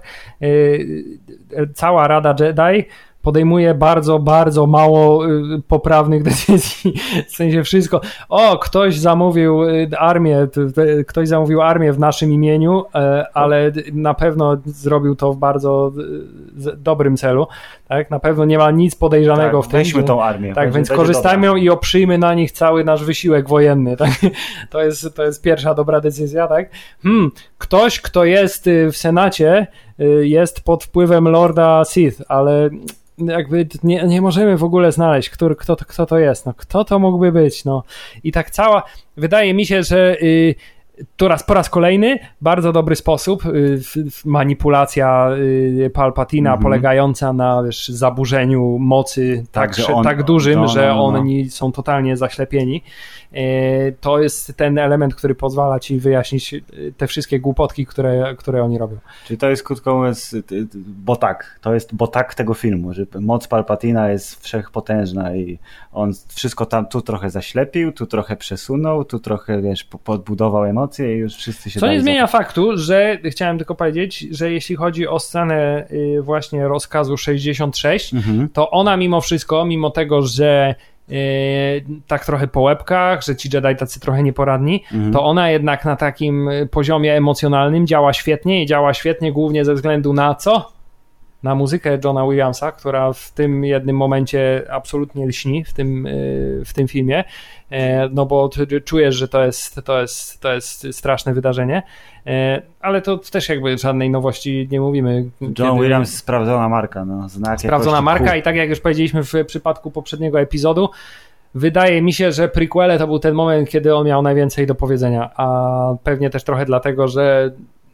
yy, cała Rada Jedi podejmuje bardzo, bardzo mało y, poprawnych decyzji. W sensie wszystko. O, ktoś zamówił y, armię, y, ktoś zamówił armię w naszym imieniu, y, ale na pewno zrobił to w bardzo y, dobrym celu. Tak? Na pewno nie ma nic podejrzanego tak, w tym. Weźmy tą armię. Tak, więc korzystajmy ją i oprzyjmy na nich cały nasz wysiłek wojenny. Tak? To jest, to jest pierwsza dobra decyzja. Tak? Hmm, ktoś, kto jest w Senacie, y, jest pod wpływem Lorda Sith, ale jakby nie, nie możemy w ogóle znaleźć, który, kto, kto to jest, no kto to mógłby być, no i tak cała, wydaje mi się, że y, to raz po raz kolejny bardzo dobry sposób y, manipulacja y, Palpatina mm-hmm. polegająca na wiesz, zaburzeniu mocy tak, tak, on, tak dużym, no, że no, no. oni są totalnie zaślepieni. Y, to jest ten element, który pozwala ci wyjaśnić te wszystkie głupotki, które, które oni robią. Czyli to jest krótko mówiąc, bo tak, to jest bo tak tego filmu, że moc Palpatina jest wszechpotężna i on wszystko tam tu trochę zaślepił, tu trochę przesunął, tu trochę wiesz, podbudował emocje i już wszyscy się Co nie zmienia faktu, że chciałem tylko powiedzieć, że jeśli chodzi o scenę właśnie rozkazu sześćdziesiąt sześć, mhm. to ona mimo wszystko, mimo tego, że Yy, tak trochę po łebkach, że ci Jedi tacy trochę nieporadni, mhm. to ona jednak na takim poziomie emocjonalnym działa świetnie i działa świetnie głównie ze względu na co? na muzykę Johna Williamsa, która w tym jednym momencie absolutnie lśni w tym, w tym filmie, no bo czujesz, że to jest, to jest, to jest straszne wydarzenie, ale to też jakby żadnej nowości nie mówimy. John kiedy... Williams sprawdzona marka. No, znak sprawdzona marka kół. I tak jak już powiedzieliśmy w przypadku poprzedniego epizodu, wydaje mi się, że prequele to był ten moment, kiedy on miał najwięcej do powiedzenia, a pewnie też trochę dlatego, że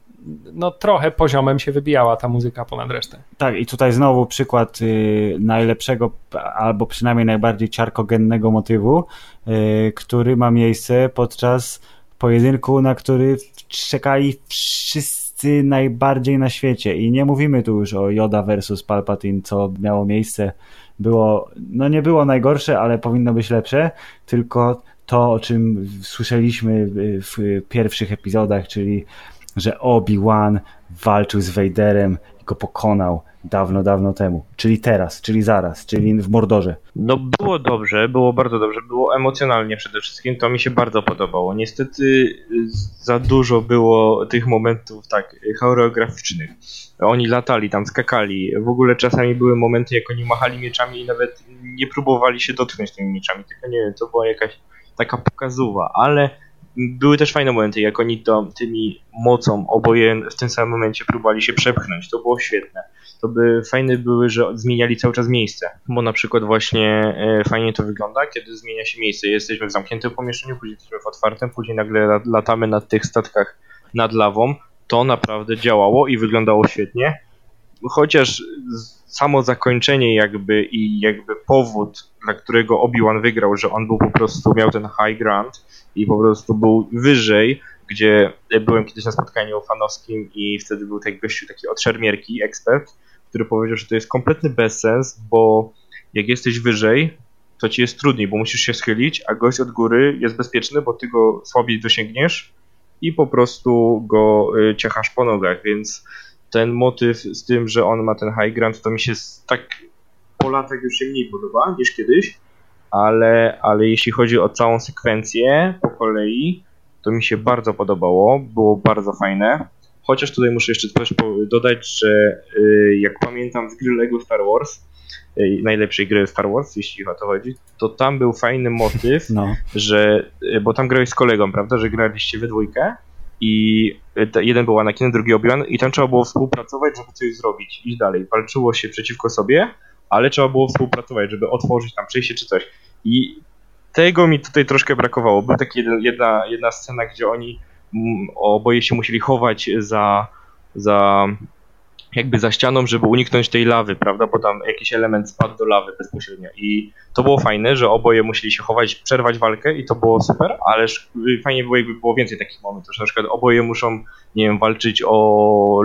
no trochę poziomem się wybijała ta muzyka ponad resztę. Tak, i tutaj znowu przykład y, najlepszego, albo przynajmniej najbardziej ciarkogennego motywu, y, który ma miejsce podczas pojedynku, na który czekali wszyscy najbardziej na świecie. I nie mówimy tu już o Yoda versus Palpatine, co miało miejsce. Było, no nie było najgorsze, ale powinno być lepsze, tylko to, o czym słyszeliśmy w pierwszych epizodach, czyli że Obi-Wan walczył z Vaderem i go pokonał dawno, dawno temu. Czyli teraz, czyli zaraz, czyli w Mordorze. No było dobrze, było bardzo dobrze, było emocjonalnie przede wszystkim, to mi się bardzo podobało. Niestety za dużo było tych momentów tak choreograficznych. Oni latali tam, skakali, w ogóle czasami były momenty, jak oni machali mieczami i nawet nie próbowali się dotknąć tymi mieczami, tylko nie wiem, to była jakaś taka pokazuwa, ale były też fajne momenty, jak oni to, tymi mocą oboje w tym samym momencie próbowali się przepchnąć. To było świetne. To by fajne były, że zmieniali cały czas miejsce. Bo na przykład właśnie e, fajnie to wygląda, kiedy zmienia się miejsce. Jesteśmy w zamkniętym pomieszczeniu, później jesteśmy w otwartym, później nagle latamy na tych statkach nad lawą. To naprawdę działało i wyglądało świetnie. Chociaż samo zakończenie jakby i jakby powód, dla którego Obi-Wan wygrał, że on był po prostu, miał ten high ground i po prostu był wyżej, gdzie byłem kiedyś na spotkaniu fanowskim i wtedy był taki gościu, taki od szermierki, ekspert, który powiedział, że to jest kompletny bezsens, bo jak jesteś wyżej, to ci jest trudniej, bo musisz się schylić, a gość od góry jest bezpieczny, bo ty go słabiej dosięgniesz i po prostu go ciachasz po nogach, więc ten motyw z tym, że on ma ten high ground, to mi się tak po latach już się mniej podoba niż kiedyś, ale, ale jeśli chodzi o całą sekwencję po kolei, to mi się bardzo podobało, było bardzo fajne. Chociaż tutaj muszę jeszcze też dodać, że yy, jak pamiętam z gry Lego Star Wars, yy, najlepszej gry Star Wars, jeśli o to chodzi, to tam był fajny motyw, no. że, yy, bo tam grałeś z kolegą, prawda, że graliście we dwójkę i yy, jeden był Anakin, drugi Obi-Wan i tam trzeba było współpracować, żeby coś zrobić, iść dalej. Walczyło się przeciwko sobie, ale trzeba było współpracować, żeby otworzyć tam przejście czy coś. I tego mi tutaj troszkę brakowało. Była taka jedna, jedna scena, gdzie oni m, oboje się musieli chować za, za jakby za ścianą, żeby uniknąć tej lawy, prawda? Bo tam jakiś element spadł do lawy bezpośrednio. I to było fajne, że oboje musieli się chować, przerwać walkę i to było super, ale fajnie było, jakby było więcej takich momentów, że na przykład oboje muszą, nie wiem, walczyć o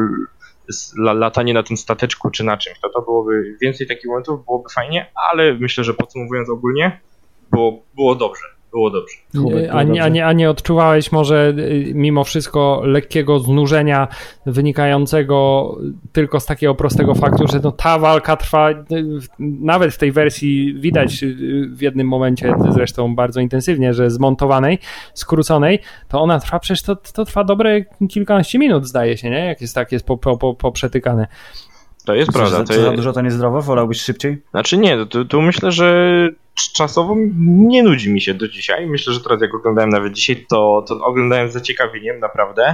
latanie na tym stateczku czy na czymś. To to byłoby więcej takich momentów, byłoby fajnie, ale myślę, że podsumowując ogólnie, było, było dobrze. Było dobrze. A nie, a, nie, a nie odczuwałeś może mimo wszystko lekkiego znużenia wynikającego tylko z takiego prostego faktu, że no ta walka trwa, nawet w tej wersji widać w jednym momencie zresztą bardzo intensywnie, że zmontowanej, skróconej, to ona trwa przecież to, to trwa dobre kilkanaście minut, zdaje się, nie? Jak jest tak jest po, po, po, poprzetykanne. To jest Co, prawda. Za, to za jest... dużo to niezdrowo? Wolałbyś szybciej? Znaczy nie, tu, tu myślę, że czasowo nie nudzi mi się do dzisiaj. Myślę, że teraz jak oglądałem nawet dzisiaj, to, to oglądałem z zaciekawieniem, naprawdę.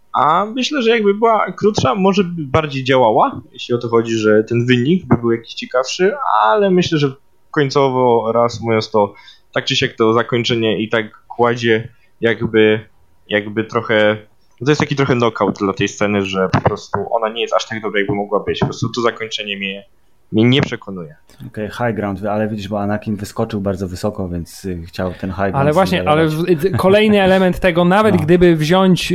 A myślę, że jakby była krótsza, może by bardziej działała, jeśli o to chodzi, że ten wynik by był jakiś ciekawszy, ale myślę, że końcowo, raz mówiąc to, tak czy siak to zakończenie i tak kładzie jakby, jakby trochę... To jest taki trochę knockout dla tej sceny, że po prostu ona nie jest aż tak dobra, jakby mogła być. Po prostu to zakończenie mnie, mnie nie przekonuje. Okej, okay, high ground, ale widzisz, bo Anakin wyskoczył bardzo wysoko, więc chciał ten high ground. Ale właśnie, ale kolejny element tego, nawet no. gdyby wziąć,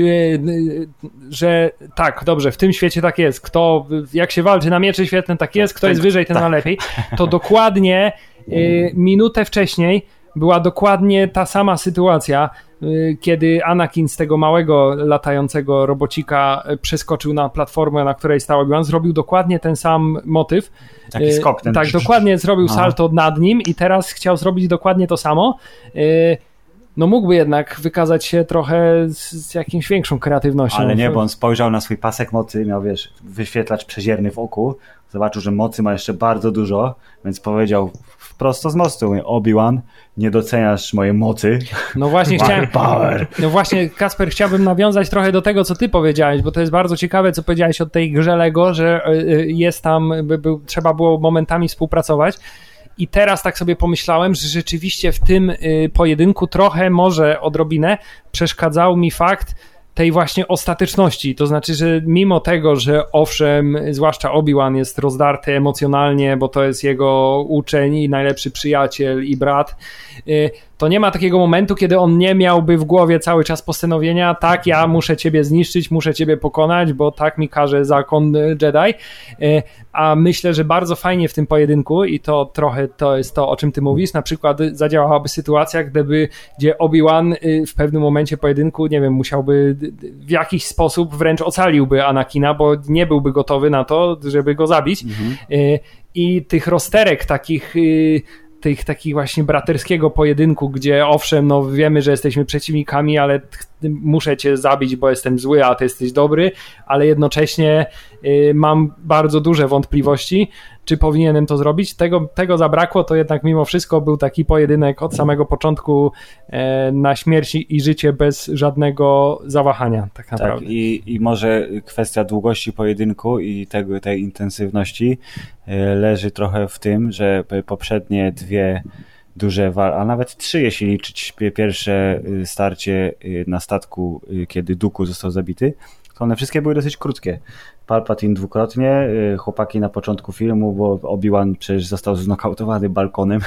że tak, dobrze, w tym świecie tak jest, kto, jak się walczy na mieczy świetnym, tak jest, kto tak, jest wyżej, ten tak. ma lepiej, to dokładnie minutę wcześniej była dokładnie ta sama sytuacja, kiedy Anakin z tego małego latającego robocika przeskoczył na platformę, na której stał Obi-Wan, zrobił dokładnie ten sam motyw. Taki skok ten. Tak, dokładnie zrobił salto nad nim i teraz chciał zrobić dokładnie to samo. no mógłby jednak wykazać się trochę z, z jakimś większą kreatywnością. Ale nie, bo on spojrzał na swój pasek mocy, miał, wiesz, wyświetlacz przezierny w oku, zobaczył, że mocy ma jeszcze bardzo dużo, więc powiedział prosto z mostu, Obi-Wan, nie doceniasz mojej mocy. No właśnie chciałem, power. No właśnie, Kacper, chciałbym nawiązać trochę do tego, co ty powiedziałeś, bo to jest bardzo ciekawe, co powiedziałeś o tej grze Lego, że jest tam, by, by, trzeba było momentami współpracować. I teraz tak sobie pomyślałem, że rzeczywiście w tym pojedynku trochę, może odrobinę, przeszkadzał mi fakt tej właśnie ostateczności, to znaczy, że mimo tego, że owszem, zwłaszcza Obi-Wan jest rozdarty emocjonalnie, bo to jest jego uczeń i najlepszy przyjaciel i brat, to nie ma takiego momentu, kiedy on nie miałby w głowie cały czas postanowienia, tak, ja muszę ciebie zniszczyć, muszę ciebie pokonać, bo tak mi każe zakon Jedi, a myślę, że bardzo fajnie w tym pojedynku i to trochę to jest to, o czym ty mówisz, na przykład zadziałałaby sytuacja, gdyby, gdzie Obi-Wan w pewnym momencie pojedynku, nie wiem, musiałby w jakiś sposób wręcz ocaliłby Anakina, bo nie byłby gotowy na to, żeby go zabić. Mhm. I tych rozterek takich tych takich właśnie braterskiego pojedynku, gdzie owszem, no wiemy, że jesteśmy przeciwnikami, ale muszę cię zabić, bo jestem zły, a ty jesteś dobry, ale jednocześnie y, mam bardzo duże wątpliwości, czy powinienem to zrobić. Tego, tego zabrakło, to jednak mimo wszystko był taki pojedynek od samego początku e, na śmierć i życie bez żadnego zawahania, tak naprawdę. Tak, i, i może kwestia długości pojedynku i tego, tej intensywności e, leży trochę w tym, że poprzednie dwie duże, a nawet trzy, jeśli liczyć pierwsze starcie na statku, kiedy Dooku został zabity, to one wszystkie były dosyć krótkie. Palpatine dwukrotnie, chłopaki na początku filmu, bo Obi-Wan przecież został znokautowany balkonem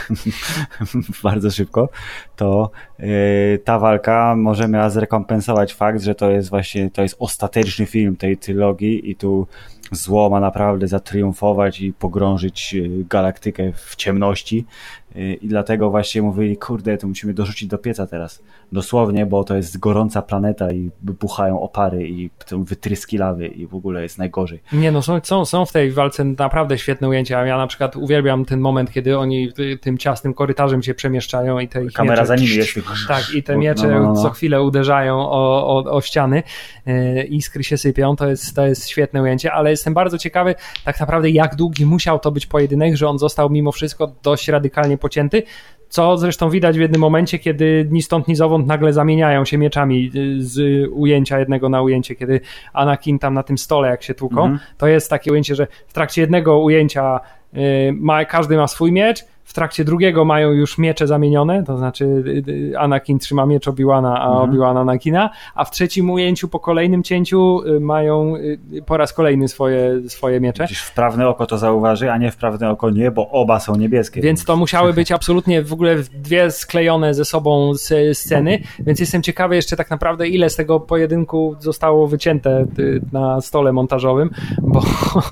bardzo szybko, to ta walka może miała zrekompensować fakt, że to jest właśnie, to jest ostateczny film tej trylogii i tu zło ma naprawdę zatriumfować i pogrążyć galaktykę w ciemności i dlatego właśnie mówili, kurde, to musimy dorzucić do pieca teraz. Dosłownie, bo to jest gorąca planeta i buchają opary i wytryski lawy i w ogóle jest najgorzej. Nie no, są, są, są w tej walce naprawdę świetne ujęcia. Ja na przykład uwielbiam ten moment, kiedy oni tym ciasnym korytarzem się przemieszczają i te kamera miecze, za nimi jest. Tak, i te miecze no, no, no. co chwilę uderzają o, o, o ściany, yy, iskry się sypią, to jest, to jest świetne ujęcie, ale jestem bardzo ciekawy tak naprawdę, jak długi musiał to być pojedynek, że on został mimo wszystko dość radykalnie pocięty, co zresztą widać w jednym momencie, kiedy ni stąd, ni zowąd nagle zamieniają się mieczami z ujęcia jednego na ujęcie, kiedy Anakin tam na tym stole, jak się tłuką, mm-hmm. to jest takie ujęcie, że w trakcie jednego ujęcia y, ma, każdy ma swój miecz, w trakcie drugiego mają już miecze zamienione, to znaczy Anakin trzyma miecz Obi-Wana, a mhm. Obi-Wan Anakina, a w trzecim ujęciu po kolejnym cięciu mają po raz kolejny swoje, swoje miecze. Widzisz, wprawne oko to zauważy, a nie wprawne oko nie, bo oba są niebieskie. Więc to musiały być absolutnie w ogóle dwie sklejone ze sobą sceny, więc jestem ciekawy jeszcze tak naprawdę, ile z tego pojedynku zostało wycięte na stole montażowym, bo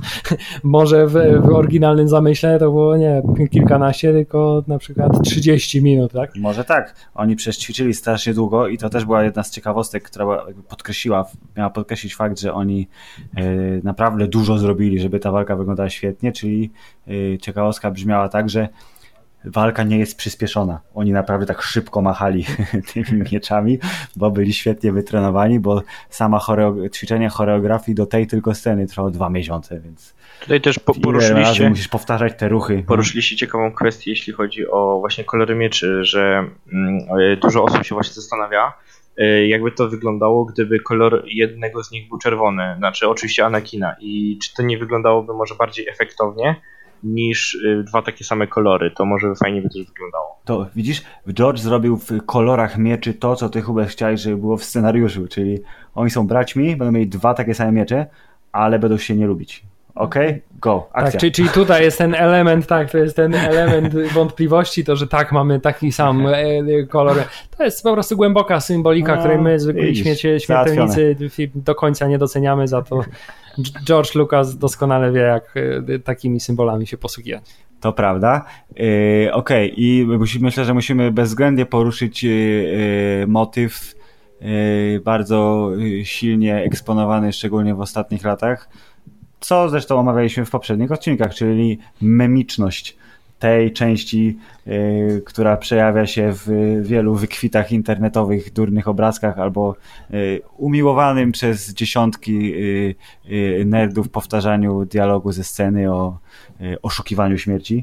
może w, w oryginalnym zamyśle to było nie kilkanaście, tylko na przykład trzydzieści minut, tak? Może tak. Oni przecież ćwiczyli strasznie długo i to też była jedna z ciekawostek, która podkreśliła, miała podkreślić fakt, że oni e, naprawdę dużo zrobili, żeby ta walka wyglądała świetnie, czyli e, ciekawostka brzmiała tak, że walka nie jest przyspieszona. Oni naprawdę tak szybko machali tymi mieczami, bo byli świetnie wytrenowani, bo sama choreo- ćwiczenie choreografii do tej tylko sceny trwało dwa miesiące, więc tutaj też po- poruszyliście, musisz powtarzać te ruchy. Poruszyliście ciekawą kwestię, jeśli chodzi o właśnie kolory mieczy, że mm, dużo osób się właśnie zastanawia, jakby to wyglądało, gdyby kolor jednego z nich był czerwony, znaczy oczywiście Anakina, i czy to nie wyglądałoby może bardziej efektownie niż dwa takie same kolory, to może fajnie by też wyglądało. To widzisz, George zrobił w kolorach mieczy to, co ty chyba chciałeś, żeby było w scenariuszu, czyli oni są braćmi, będą mieli dwa takie same miecze, ale będą się nie lubić. Okej? Okay? Go. Akcja. Tak, czyli, czyli tutaj jest ten element, tak, to jest ten element wątpliwości, to, że tak, mamy taki sam kolor. To jest po prostu głęboka symbolika, no, której my, zwykli śmiecie, śmiertelnicy, do końca nie doceniamy, za to George Lucas doskonale wie, jak takimi symbolami się posługiwać. To prawda. Yy, Okej, okay. I myślę, że musimy bezwzględnie poruszyć yy, motyw yy, bardzo silnie eksponowany, szczególnie w ostatnich latach, co zresztą omawialiśmy w poprzednich odcinkach, czyli memiczność. tej części, y, która przejawia się w wielu wykwitach internetowych, durnych obrazkach albo y, umiłowanym przez dziesiątki y, y, nerdów powtarzaniu dialogu ze sceny o y, oszukiwaniu śmierci.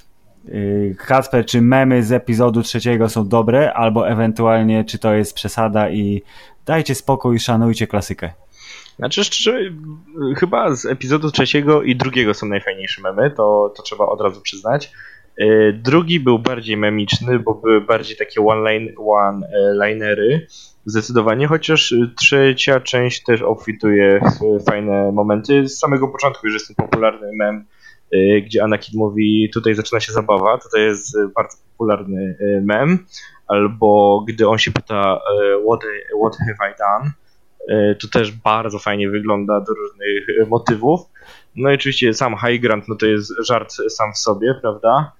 Y, Kacper, czy memy z epizodu trzeciego są dobre, albo ewentualnie czy to jest przesada i dajcie spokój, szanujcie klasykę. Znaczy szczerze, chyba z epizodu trzeciego i drugiego są najfajniejsze memy, to, to trzeba od razu przyznać. Drugi był bardziej memiczny, bo były bardziej takie one-line, one-linery zdecydowanie, chociaż trzecia część też obfituje w fajne momenty. Z samego początku już jest ten popularny mem, gdzie Anakin mówi, tutaj zaczyna się zabawa, tutaj jest bardzo popularny mem, albo gdy on się pyta what, what have I done, to też bardzo fajnie wygląda do różnych motywów. No i oczywiście sam High Ground, no to jest żart sam w sobie, prawda?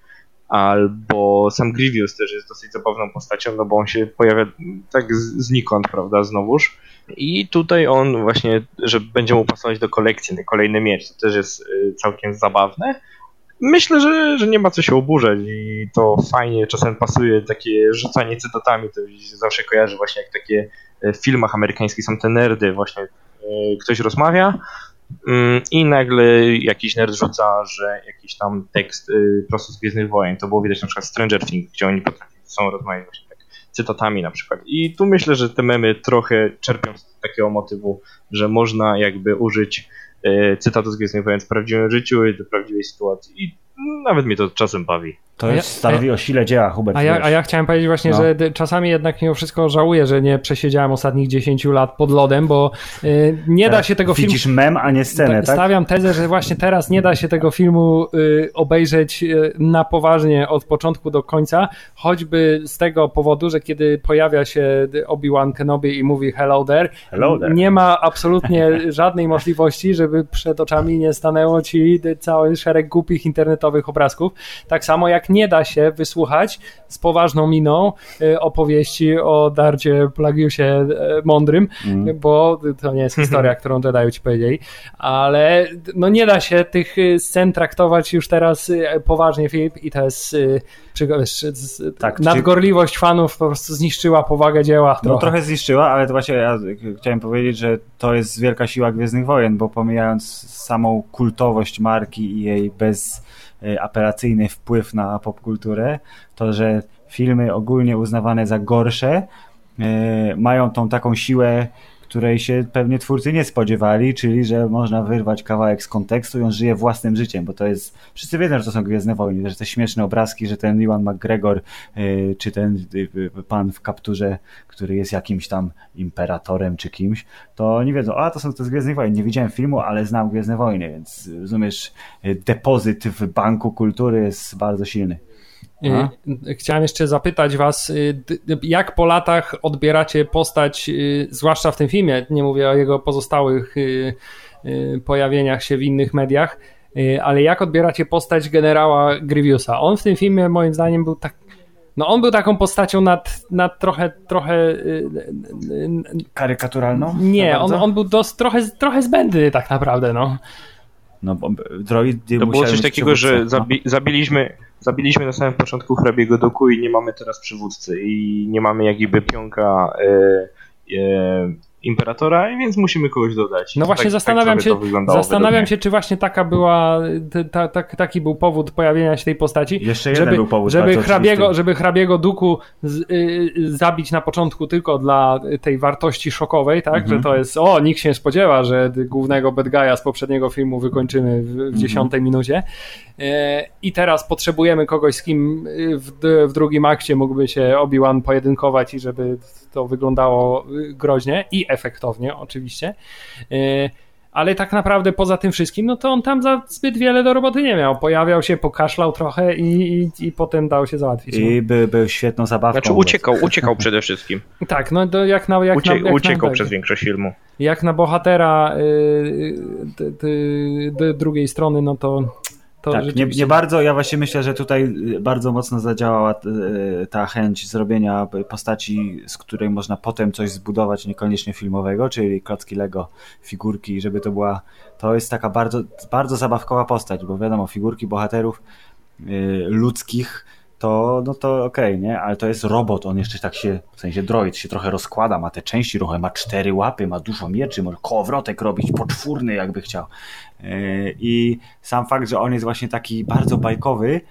Albo sam Grievous też jest dosyć zabawną postacią, no bo on się pojawia tak znikąd, prawda, znowuż. I tutaj on właśnie, że będzie mu pasować do kolekcji, ten kolejny miecz, to też jest całkiem zabawne. Myślę, że, że nie ma co się oburzać i to fajnie czasem pasuje, takie rzucanie cytatami, to się zawsze kojarzy właśnie jak takie w filmach amerykańskich są te nerdy, właśnie ktoś rozmawia i nagle jakiś nerd rzuca, że jakiś tam tekst prosto z Gwiezdnych Wojen, to było widać na przykład Stranger Things, gdzie oni potrafili ze sobą rozmawiać właśnie tak cytatami na przykład. I tu myślę, że te memy trochę czerpią z takiego motywu, że można jakby użyć cytatu z Gwiezdnych Wojen w prawdziwym życiu i do prawdziwej sytuacji. I nawet mnie to czasem bawi. To jest, ja, stanowi ja, o sile dzieła, Hubert. A ja, a ja chciałem powiedzieć właśnie, no. że czasami jednak mimo wszystko żałuję, że nie przesiedziałem ostatnich dziesięć lat pod lodem, bo y, nie tak, da się tego filmu... Widzisz mem, a nie scenę, tak? Stawiam tezę, że właśnie teraz nie da się tego filmu y, obejrzeć y, na poważnie od początku do końca, choćby z tego powodu, że kiedy pojawia się Obi-Wan Kenobi i mówi hello there, hello there. nie ma absolutnie żadnej możliwości, żeby przed oczami nie stanęło ci cały szereg głupich internetowych obrazków. Tak samo jak nie da się wysłuchać z poważną miną opowieści o Darcie Plagueusie mądrym, mm. bo to nie jest historia, którą Jedi ci powiedzieli, ale no nie da się tych scen traktować już teraz poważnie, Filip, i to jest tak, nadgorliwość czy... fanów po prostu zniszczyła powagę dzieła. Trochę. No trochę zniszczyła, ale to właśnie ja chciałem powiedzieć, że to jest wielka siła Gwiezdnych Wojen, bo pomijając samą kultowość marki i jej bezapelacyjny wpływ na popkulturę, to że filmy ogólnie uznawane za gorsze yy, mają tą taką siłę, której się pewnie twórcy nie spodziewali, czyli że można wyrwać kawałek z kontekstu i on żyje własnym życiem, bo to jest, wszyscy wiedzą, że to są Gwiezdne Wojny, że te śmieszne obrazki, że ten Ewan McGregor yy, czy ten yy, pan w kapturze, który jest jakimś tam imperatorem czy kimś, to oni wiedzą, a to są te z Gwiezdnych Wojen, nie widziałem filmu, ale znam Gwiezdne Wojny, więc rozumiesz, depozyt w banku kultury jest bardzo silny. A? Chciałem jeszcze zapytać was, jak po latach odbieracie postać, zwłaszcza w tym filmie, nie mówię o jego pozostałych pojawieniach się w innych mediach, ale jak odbieracie postać generała Grievousa? On w tym filmie moim zdaniem był tak, no on był taką postacią nad, nad trochę, trochę karykaturalną? Nie, on, on był dos, trochę, trochę zbędny tak naprawdę, no. No, bo droidy to było coś takiego, że zabi- zabiliśmy, zabiliśmy na samym początku hrabiego Dooku i nie mamy teraz przywódcy i nie mamy jakby pionka e, e, imperatora, więc musimy kogoś dodać. No właśnie tak, zastanawiam tak się, zastanawiam się, czy właśnie taka była, ta, ta, taki był powód pojawienia się tej postaci. Jeszcze żeby, jeden był powód. Żeby hrabiego, żeby hrabiego Dooku z, y, zabić na początku tylko dla tej wartości szokowej, tak, mhm. że to jest, o, nikt się nie spodziewa, że głównego bad guy'a z poprzedniego filmu wykończymy w, w mhm. dziesiątej minucie. Y, I teraz potrzebujemy kogoś, z kim w, w drugim akcie mógłby się Obi-Wan pojedynkować i żeby to wyglądało groźnie i efektownie oczywiście, ale tak naprawdę poza tym wszystkim, no to on tam za zbyt wiele do roboty nie miał. Pojawiał się, pokaszlał trochę i, i, i potem dał się załatwić. I by, był świetną zabawką. Znaczy uciekał, uciekał przede wszystkim. Tak, no to jak na... Jak Ucie, na jak uciekał na, przez większość filmu. Jak na bohatera y, ty, ty, ty, drugiej strony, no to... To tak, nie, nie bardzo, ja właśnie myślę, że tutaj bardzo mocno zadziałała ta chęć zrobienia postaci, z której można potem coś zbudować, niekoniecznie filmowego, czyli klocki Lego, figurki, żeby to była, to jest taka bardzo, bardzo zabawkowa postać, bo wiadomo, figurki bohaterów ludzkich, to no to okej, okay, nie? Ale to jest robot, on jeszcze tak się, w sensie droid się trochę rozkłada, ma te części trochę, ma cztery łapy, ma dużo mieczy, może kołowrotek robić, poczwórny jakby chciał. I sam fakt, że on jest właśnie taki bardzo bajkowy,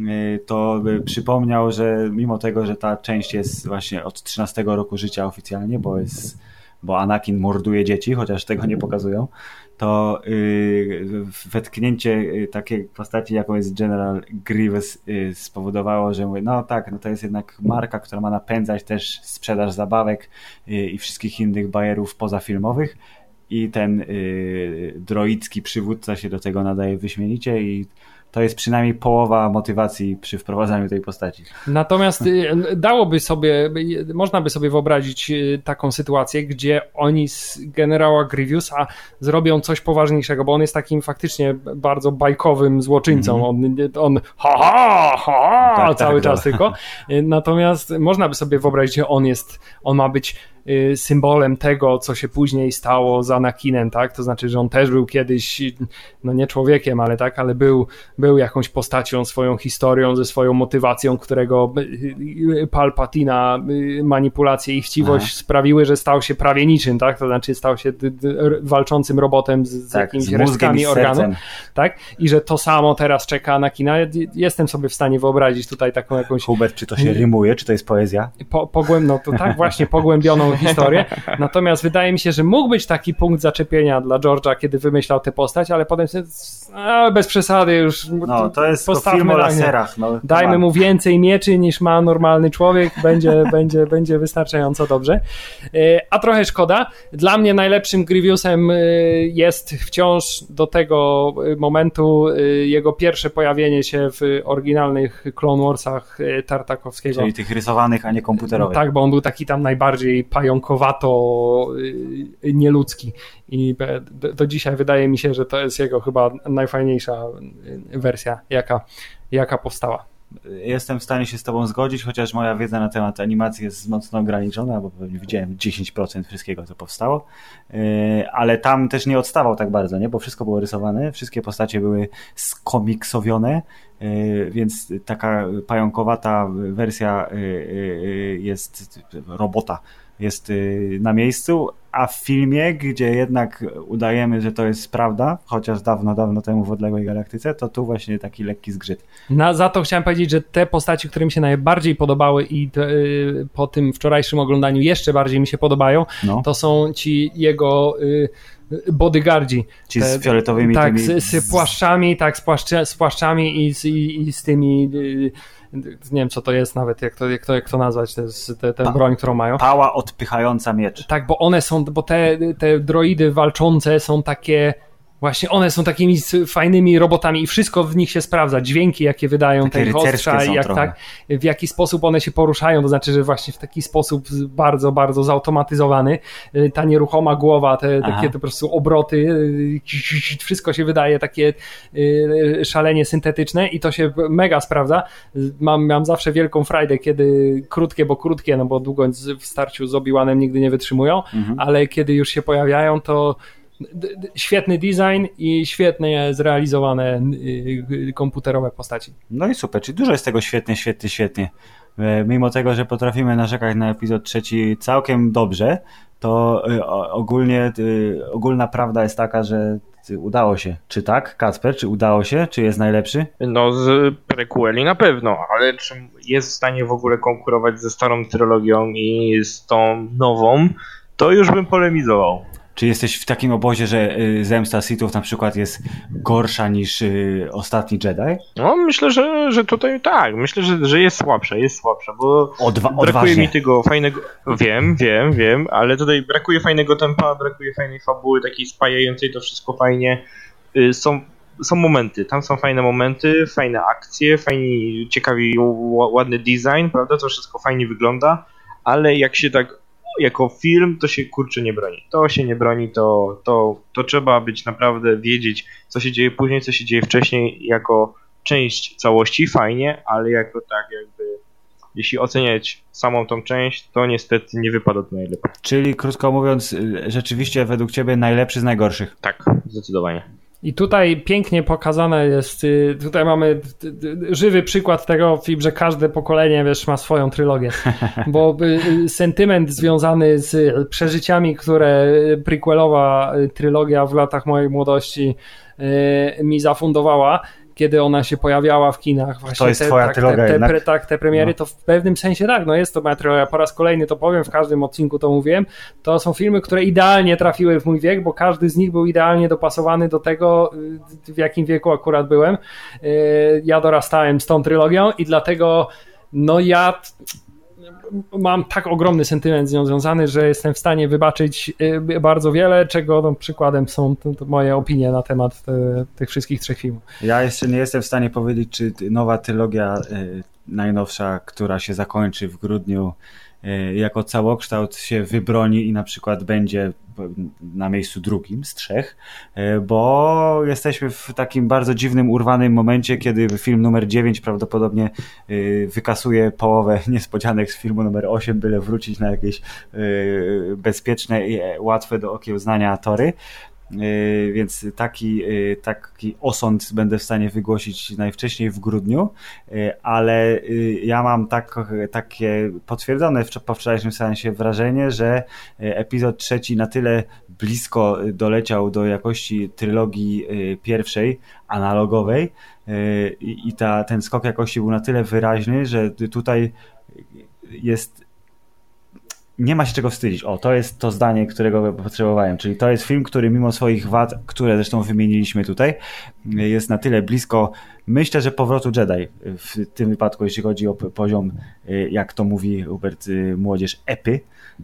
to przypomniał, że mimo tego, że ta część jest właśnie od trzynastego roku życia oficjalnie, bo jest, bo Anakin morduje dzieci, chociaż tego nie pokazują, to yy, wetknięcie takiej postaci, jaką jest General Grievous, yy, spowodowało, że mówię, no tak, no to jest jednak marka, która ma napędzać też sprzedaż zabawek yy, i wszystkich innych bajerów pozafilmowych i ten yy, droicki przywódca się do tego nadaje wyśmienicie i to jest przynajmniej połowa motywacji przy wprowadzaniu tej postaci. Natomiast dałoby sobie, można by sobie wyobrazić taką sytuację, gdzie oni z generała Grievousa zrobią coś poważniejszego, bo on jest takim faktycznie bardzo bajkowym złoczyńcą. Mm-hmm. On, on ha ha ha tak, cały tak, czas tak. tylko. Natomiast można by sobie wyobrazić, że on jest, on ma być symbolem tego, co się później stało z Anakinem, tak? To znaczy, że on też był kiedyś, no nie człowiekiem, ale tak, ale był, był jakąś postacią, swoją historią, ze swoją motywacją, którego Palpatina manipulacje i chciwość Aha. sprawiły, że stał się prawie niczym, tak? To znaczy stał się d- d- walczącym robotem z, z tak, jakimiś z resztkami organu, tak? I że to samo teraz czeka Anakina. Jestem sobie w stanie wyobrazić tutaj taką jakąś... Hubert, czy to się rymuje, czy to jest poezja? Po, pogłęb... No to tak, właśnie pogłębioną historię. Natomiast wydaje mi się, że mógł być taki punkt zaczepienia dla George'a, kiedy wymyślał tę postać, ale potem się, a, bez przesady już no, to jest to film o laserach. No, dajmy mu więcej mieczy niż ma normalny człowiek, będzie, będzie, będzie wystarczająco dobrze. A trochę szkoda. Dla mnie najlepszym Grievousem jest wciąż do tego momentu jego pierwsze pojawienie się w oryginalnych Clone Warsach Tartakowskiego. Czyli tych rysowanych, a nie komputerowych. Tak, bo on był taki tam najbardziej pająkowato nieludzki i do, do dzisiaj wydaje mi się, że to jest jego chyba najfajniejsza wersja, jaka, jaka powstała. Jestem w stanie się z tobą zgodzić, chociaż moja wiedza na temat animacji jest mocno ograniczona, bo pewnie widziałem dziesięć procent wszystkiego, co powstało, ale tam też nie odstawał tak bardzo, nie? Bo wszystko było rysowane, wszystkie postacie były skomiksowione, więc taka pająkowata wersja jest robota, jest na miejscu, a w filmie, gdzie jednak udajemy, że to jest prawda, chociaż dawno, dawno temu w odległej galaktyce, to tu właśnie taki lekki zgrzyt. Na, za to chciałem powiedzieć, że te postaci, które mi się najbardziej podobały i te, y, po tym wczorajszym oglądaniu jeszcze bardziej mi się podobają, no. to są ci jego y, bodyguardzi. Ci te, z fioletowymi tak, tymi... z, z płaszczami, tak, z, płaszcze, z płaszczami i z, i, i z tymi... Y, nie wiem, co to jest nawet, jak to, jak to, jak to nazwać, tę te, te, te broń, którą mają. Pała odpychająca miecz. Tak, bo one są, bo te, te droidy walczące są takie, właśnie one są takimi fajnymi robotami i wszystko w nich się sprawdza. Dźwięki, jakie wydają te ich ostrza, jak tak, w jaki sposób one się poruszają, to znaczy, że właśnie w taki sposób bardzo, bardzo zautomatyzowany. Ta nieruchoma głowa, te Aha. takie po prostu obroty, wszystko się wydaje takie szalenie syntetyczne i to się mega sprawdza. Mam, mam zawsze wielką frajdę, kiedy krótkie, bo krótkie, no bo długo w starciu z Obi-Wanem nigdy nie wytrzymują, mhm. ale kiedy już się pojawiają, to świetny design i świetnie zrealizowane komputerowe postaci. No i super, czyli dużo jest tego świetnie, świetnie, świetnie. Mimo tego, że potrafimy narzekać na epizod trzeci całkiem dobrze, to ogólnie ogólna prawda jest taka, że udało się. Czy tak, Kacper? Czy udało się? Czy jest najlepszy? No z prequeli na pewno, ale czy jest w stanie w ogóle konkurować ze starą trylogią i z tą nową, to już bym polemizował. Czy jesteś w takim obozie, że y, Zemsta Sithów na przykład jest gorsza niż y, Ostatni Jedi? No myślę, że, że tutaj tak. Myślę, że, że jest słabsza, jest słabsza, bo Odwa- brakuje odważnie. mi tego fajnego... Wiem, wiem, wiem, ale tutaj brakuje fajnego tempa, brakuje fajnej fabuły, takiej spajającej to wszystko fajnie. Y, są, są momenty, tam są fajne momenty, fajne akcje, fajni, ciekawi, ładny design, prawda? To wszystko fajnie wygląda, ale jak się tak jako film, to się kurczę nie broni. To się nie broni, to, to, to trzeba być naprawdę wiedzieć, co się dzieje później, co się dzieje wcześniej, jako część całości, fajnie, ale jako tak jakby, jeśli oceniać samą tą część, to niestety nie wypada to najlepiej. Czyli krótko mówiąc, rzeczywiście według ciebie najlepszy z najgorszych? Tak, zdecydowanie. I tutaj pięknie pokazane jest, tutaj mamy żywy przykład tego, że każde pokolenie, wiesz, ma swoją trylogię, bo sentyment związany z przeżyciami, które prequelowa trylogia w latach mojej młodości mi zafundowała, kiedy ona się pojawiała w kinach. Właśnie to jest te, twoja tak, trylogia te, te, jednak. Te, tak, te premiery, no. To w pewnym sensie tak, no jest to moja trylogia. Po raz kolejny to powiem, w każdym odcinku to mówiłem. To są filmy, które idealnie trafiły w mój wiek, bo każdy z nich był idealnie dopasowany do tego, w jakim wieku akurat byłem. Ja dorastałem z tą trylogią i dlatego no ja mam tak ogromny sentyment z nią związany, że jestem w stanie wybaczyć bardzo wiele, czego no, przykładem są to, to moje opinie na temat te, tych wszystkich trzech filmów. Ja jeszcze nie jestem w stanie powiedzieć, czy nowa trylogia y, najnowsza, która się zakończy w grudniu, y, jako całokształt się wybroni i na przykład będzie na miejscu drugim z trzech, bo jesteśmy w takim bardzo dziwnym, urwanym momencie, kiedy film numer dziewięć prawdopodobnie wykasuje połowę niespodzianek z filmu numer osiem, byle wrócić na jakieś bezpieczne i łatwe do okiełznania tory. Więc taki, taki osąd będę w stanie wygłosić najwcześniej w grudniu, ale ja mam tak, takie potwierdzone po wczorajszym seansie wrażenie, że epizod trzeci na tyle blisko doleciał do jakości trylogii pierwszej, analogowej i ta, ten skok jakości był na tyle wyraźny, że tutaj jest nie ma się czego wstydzić. O, to jest to zdanie, którego potrzebowałem. Czyli to jest film, który mimo swoich wad, które zresztą wymieniliśmy tutaj, jest na tyle blisko, myślę, że powrotu Jedi. W tym wypadku, jeśli chodzi o poziom, jak to mówi Hubert, młodzież, epy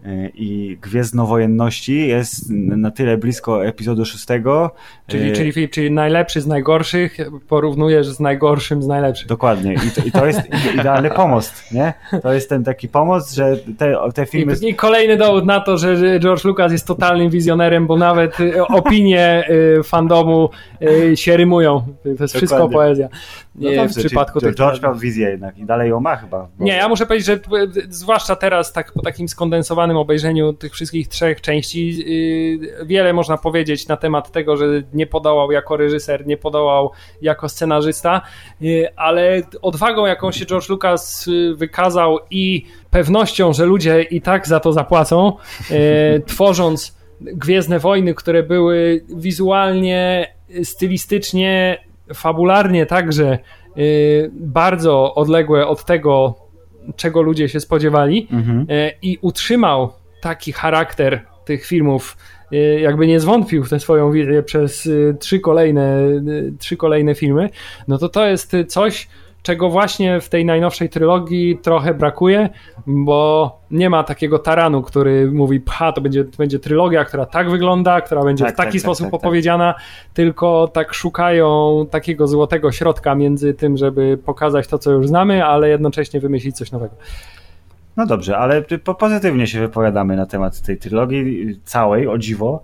i gwiezdnowojenności, jest na tyle blisko epizodu szóstego. Czyli, czyli, Filip, czyli najlepszy z najgorszych porównujesz z najgorszym z najlepszych. Dokładnie. I to, i to jest idealny pomost, nie? To jest ten taki pomost, że te, te filmy... I, I kolejny dowód na to, że George Lucas jest totalnym wizjonerem, bo nawet opinie fandomu się rymują. To jest Dokładnie. Wszystko poezja. No dobrze, w przypadku tych George miał wizję jednak i dalej ją ma chyba. Bo... Nie, ja muszę powiedzieć, że zwłaszcza teraz tak po takim skondensowanym obejrzeniu tych wszystkich trzech części yy, wiele można powiedzieć na temat tego, że nie podołał jako reżyser, nie podołał jako scenarzysta, yy, ale odwagą, jaką się George Lucas wykazał i pewnością, że ludzie i tak za to zapłacą, yy, tworząc Gwiezdne Wojny, które były wizualnie, stylistycznie, fabularnie także yy, bardzo odległe od tego, czego ludzie się spodziewali, mhm. yy, i utrzymał taki charakter tych filmów, yy, jakby nie zwątpił w tę swoją wizję przez yy, trzy kolejne, yy, trzy kolejne filmy, no to to jest coś, czego właśnie w tej najnowszej trylogii trochę brakuje, bo nie ma takiego taranu, który mówi, pcha, to będzie, to będzie trylogia, która tak wygląda, która będzie tak, w taki tak, sposób tak, tak, opowiedziana, tak. Tylko tak szukają takiego złotego środka między tym, żeby pokazać to, co już znamy, ale jednocześnie wymyślić coś nowego. No dobrze, ale pozytywnie się wypowiadamy na temat tej trylogii całej, o dziwo,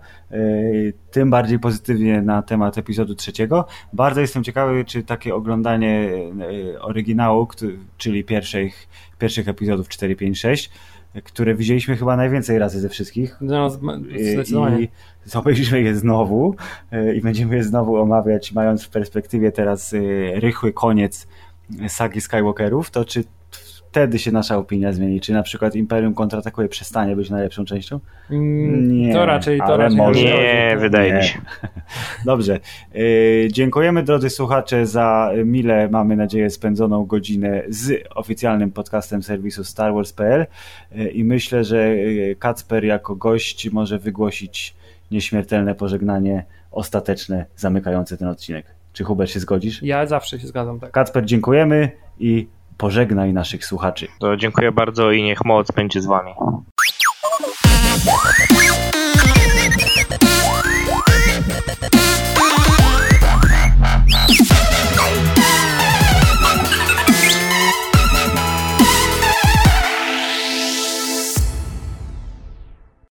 tym bardziej pozytywnie na temat epizodu trzeciego. Bardzo jestem ciekawy, czy takie oglądanie oryginału, czyli pierwszych, pierwszych epizodów cztery, pięć, sześć, które widzieliśmy chyba najwięcej razy ze wszystkich. No, zdecydowanie. I obejrzymy je znowu i będziemy je znowu omawiać, mając w perspektywie teraz rychły koniec sagi Skywalkerów, to czy wtedy się nasza opinia zmieni? Czy na przykład Imperium kontratakuje przestanie być najlepszą częścią? Nie, to raczej, to raczej może. Nie, wydaje nie. mi się. Dobrze. Yy, dziękujemy, drodzy słuchacze, za mile, mamy nadzieję, spędzoną godzinę z oficjalnym podcastem serwisu Star Wars kropka p l yy, i myślę, że Kacper jako gość może wygłosić nieśmiertelne pożegnanie ostateczne, zamykające ten odcinek. Czy Hubert, się zgodzisz? Ja zawsze się zgadzam, tak. Kacper, dziękujemy i pożegnaj naszych słuchaczy. To dziękuję bardzo i niech moc będzie z wami.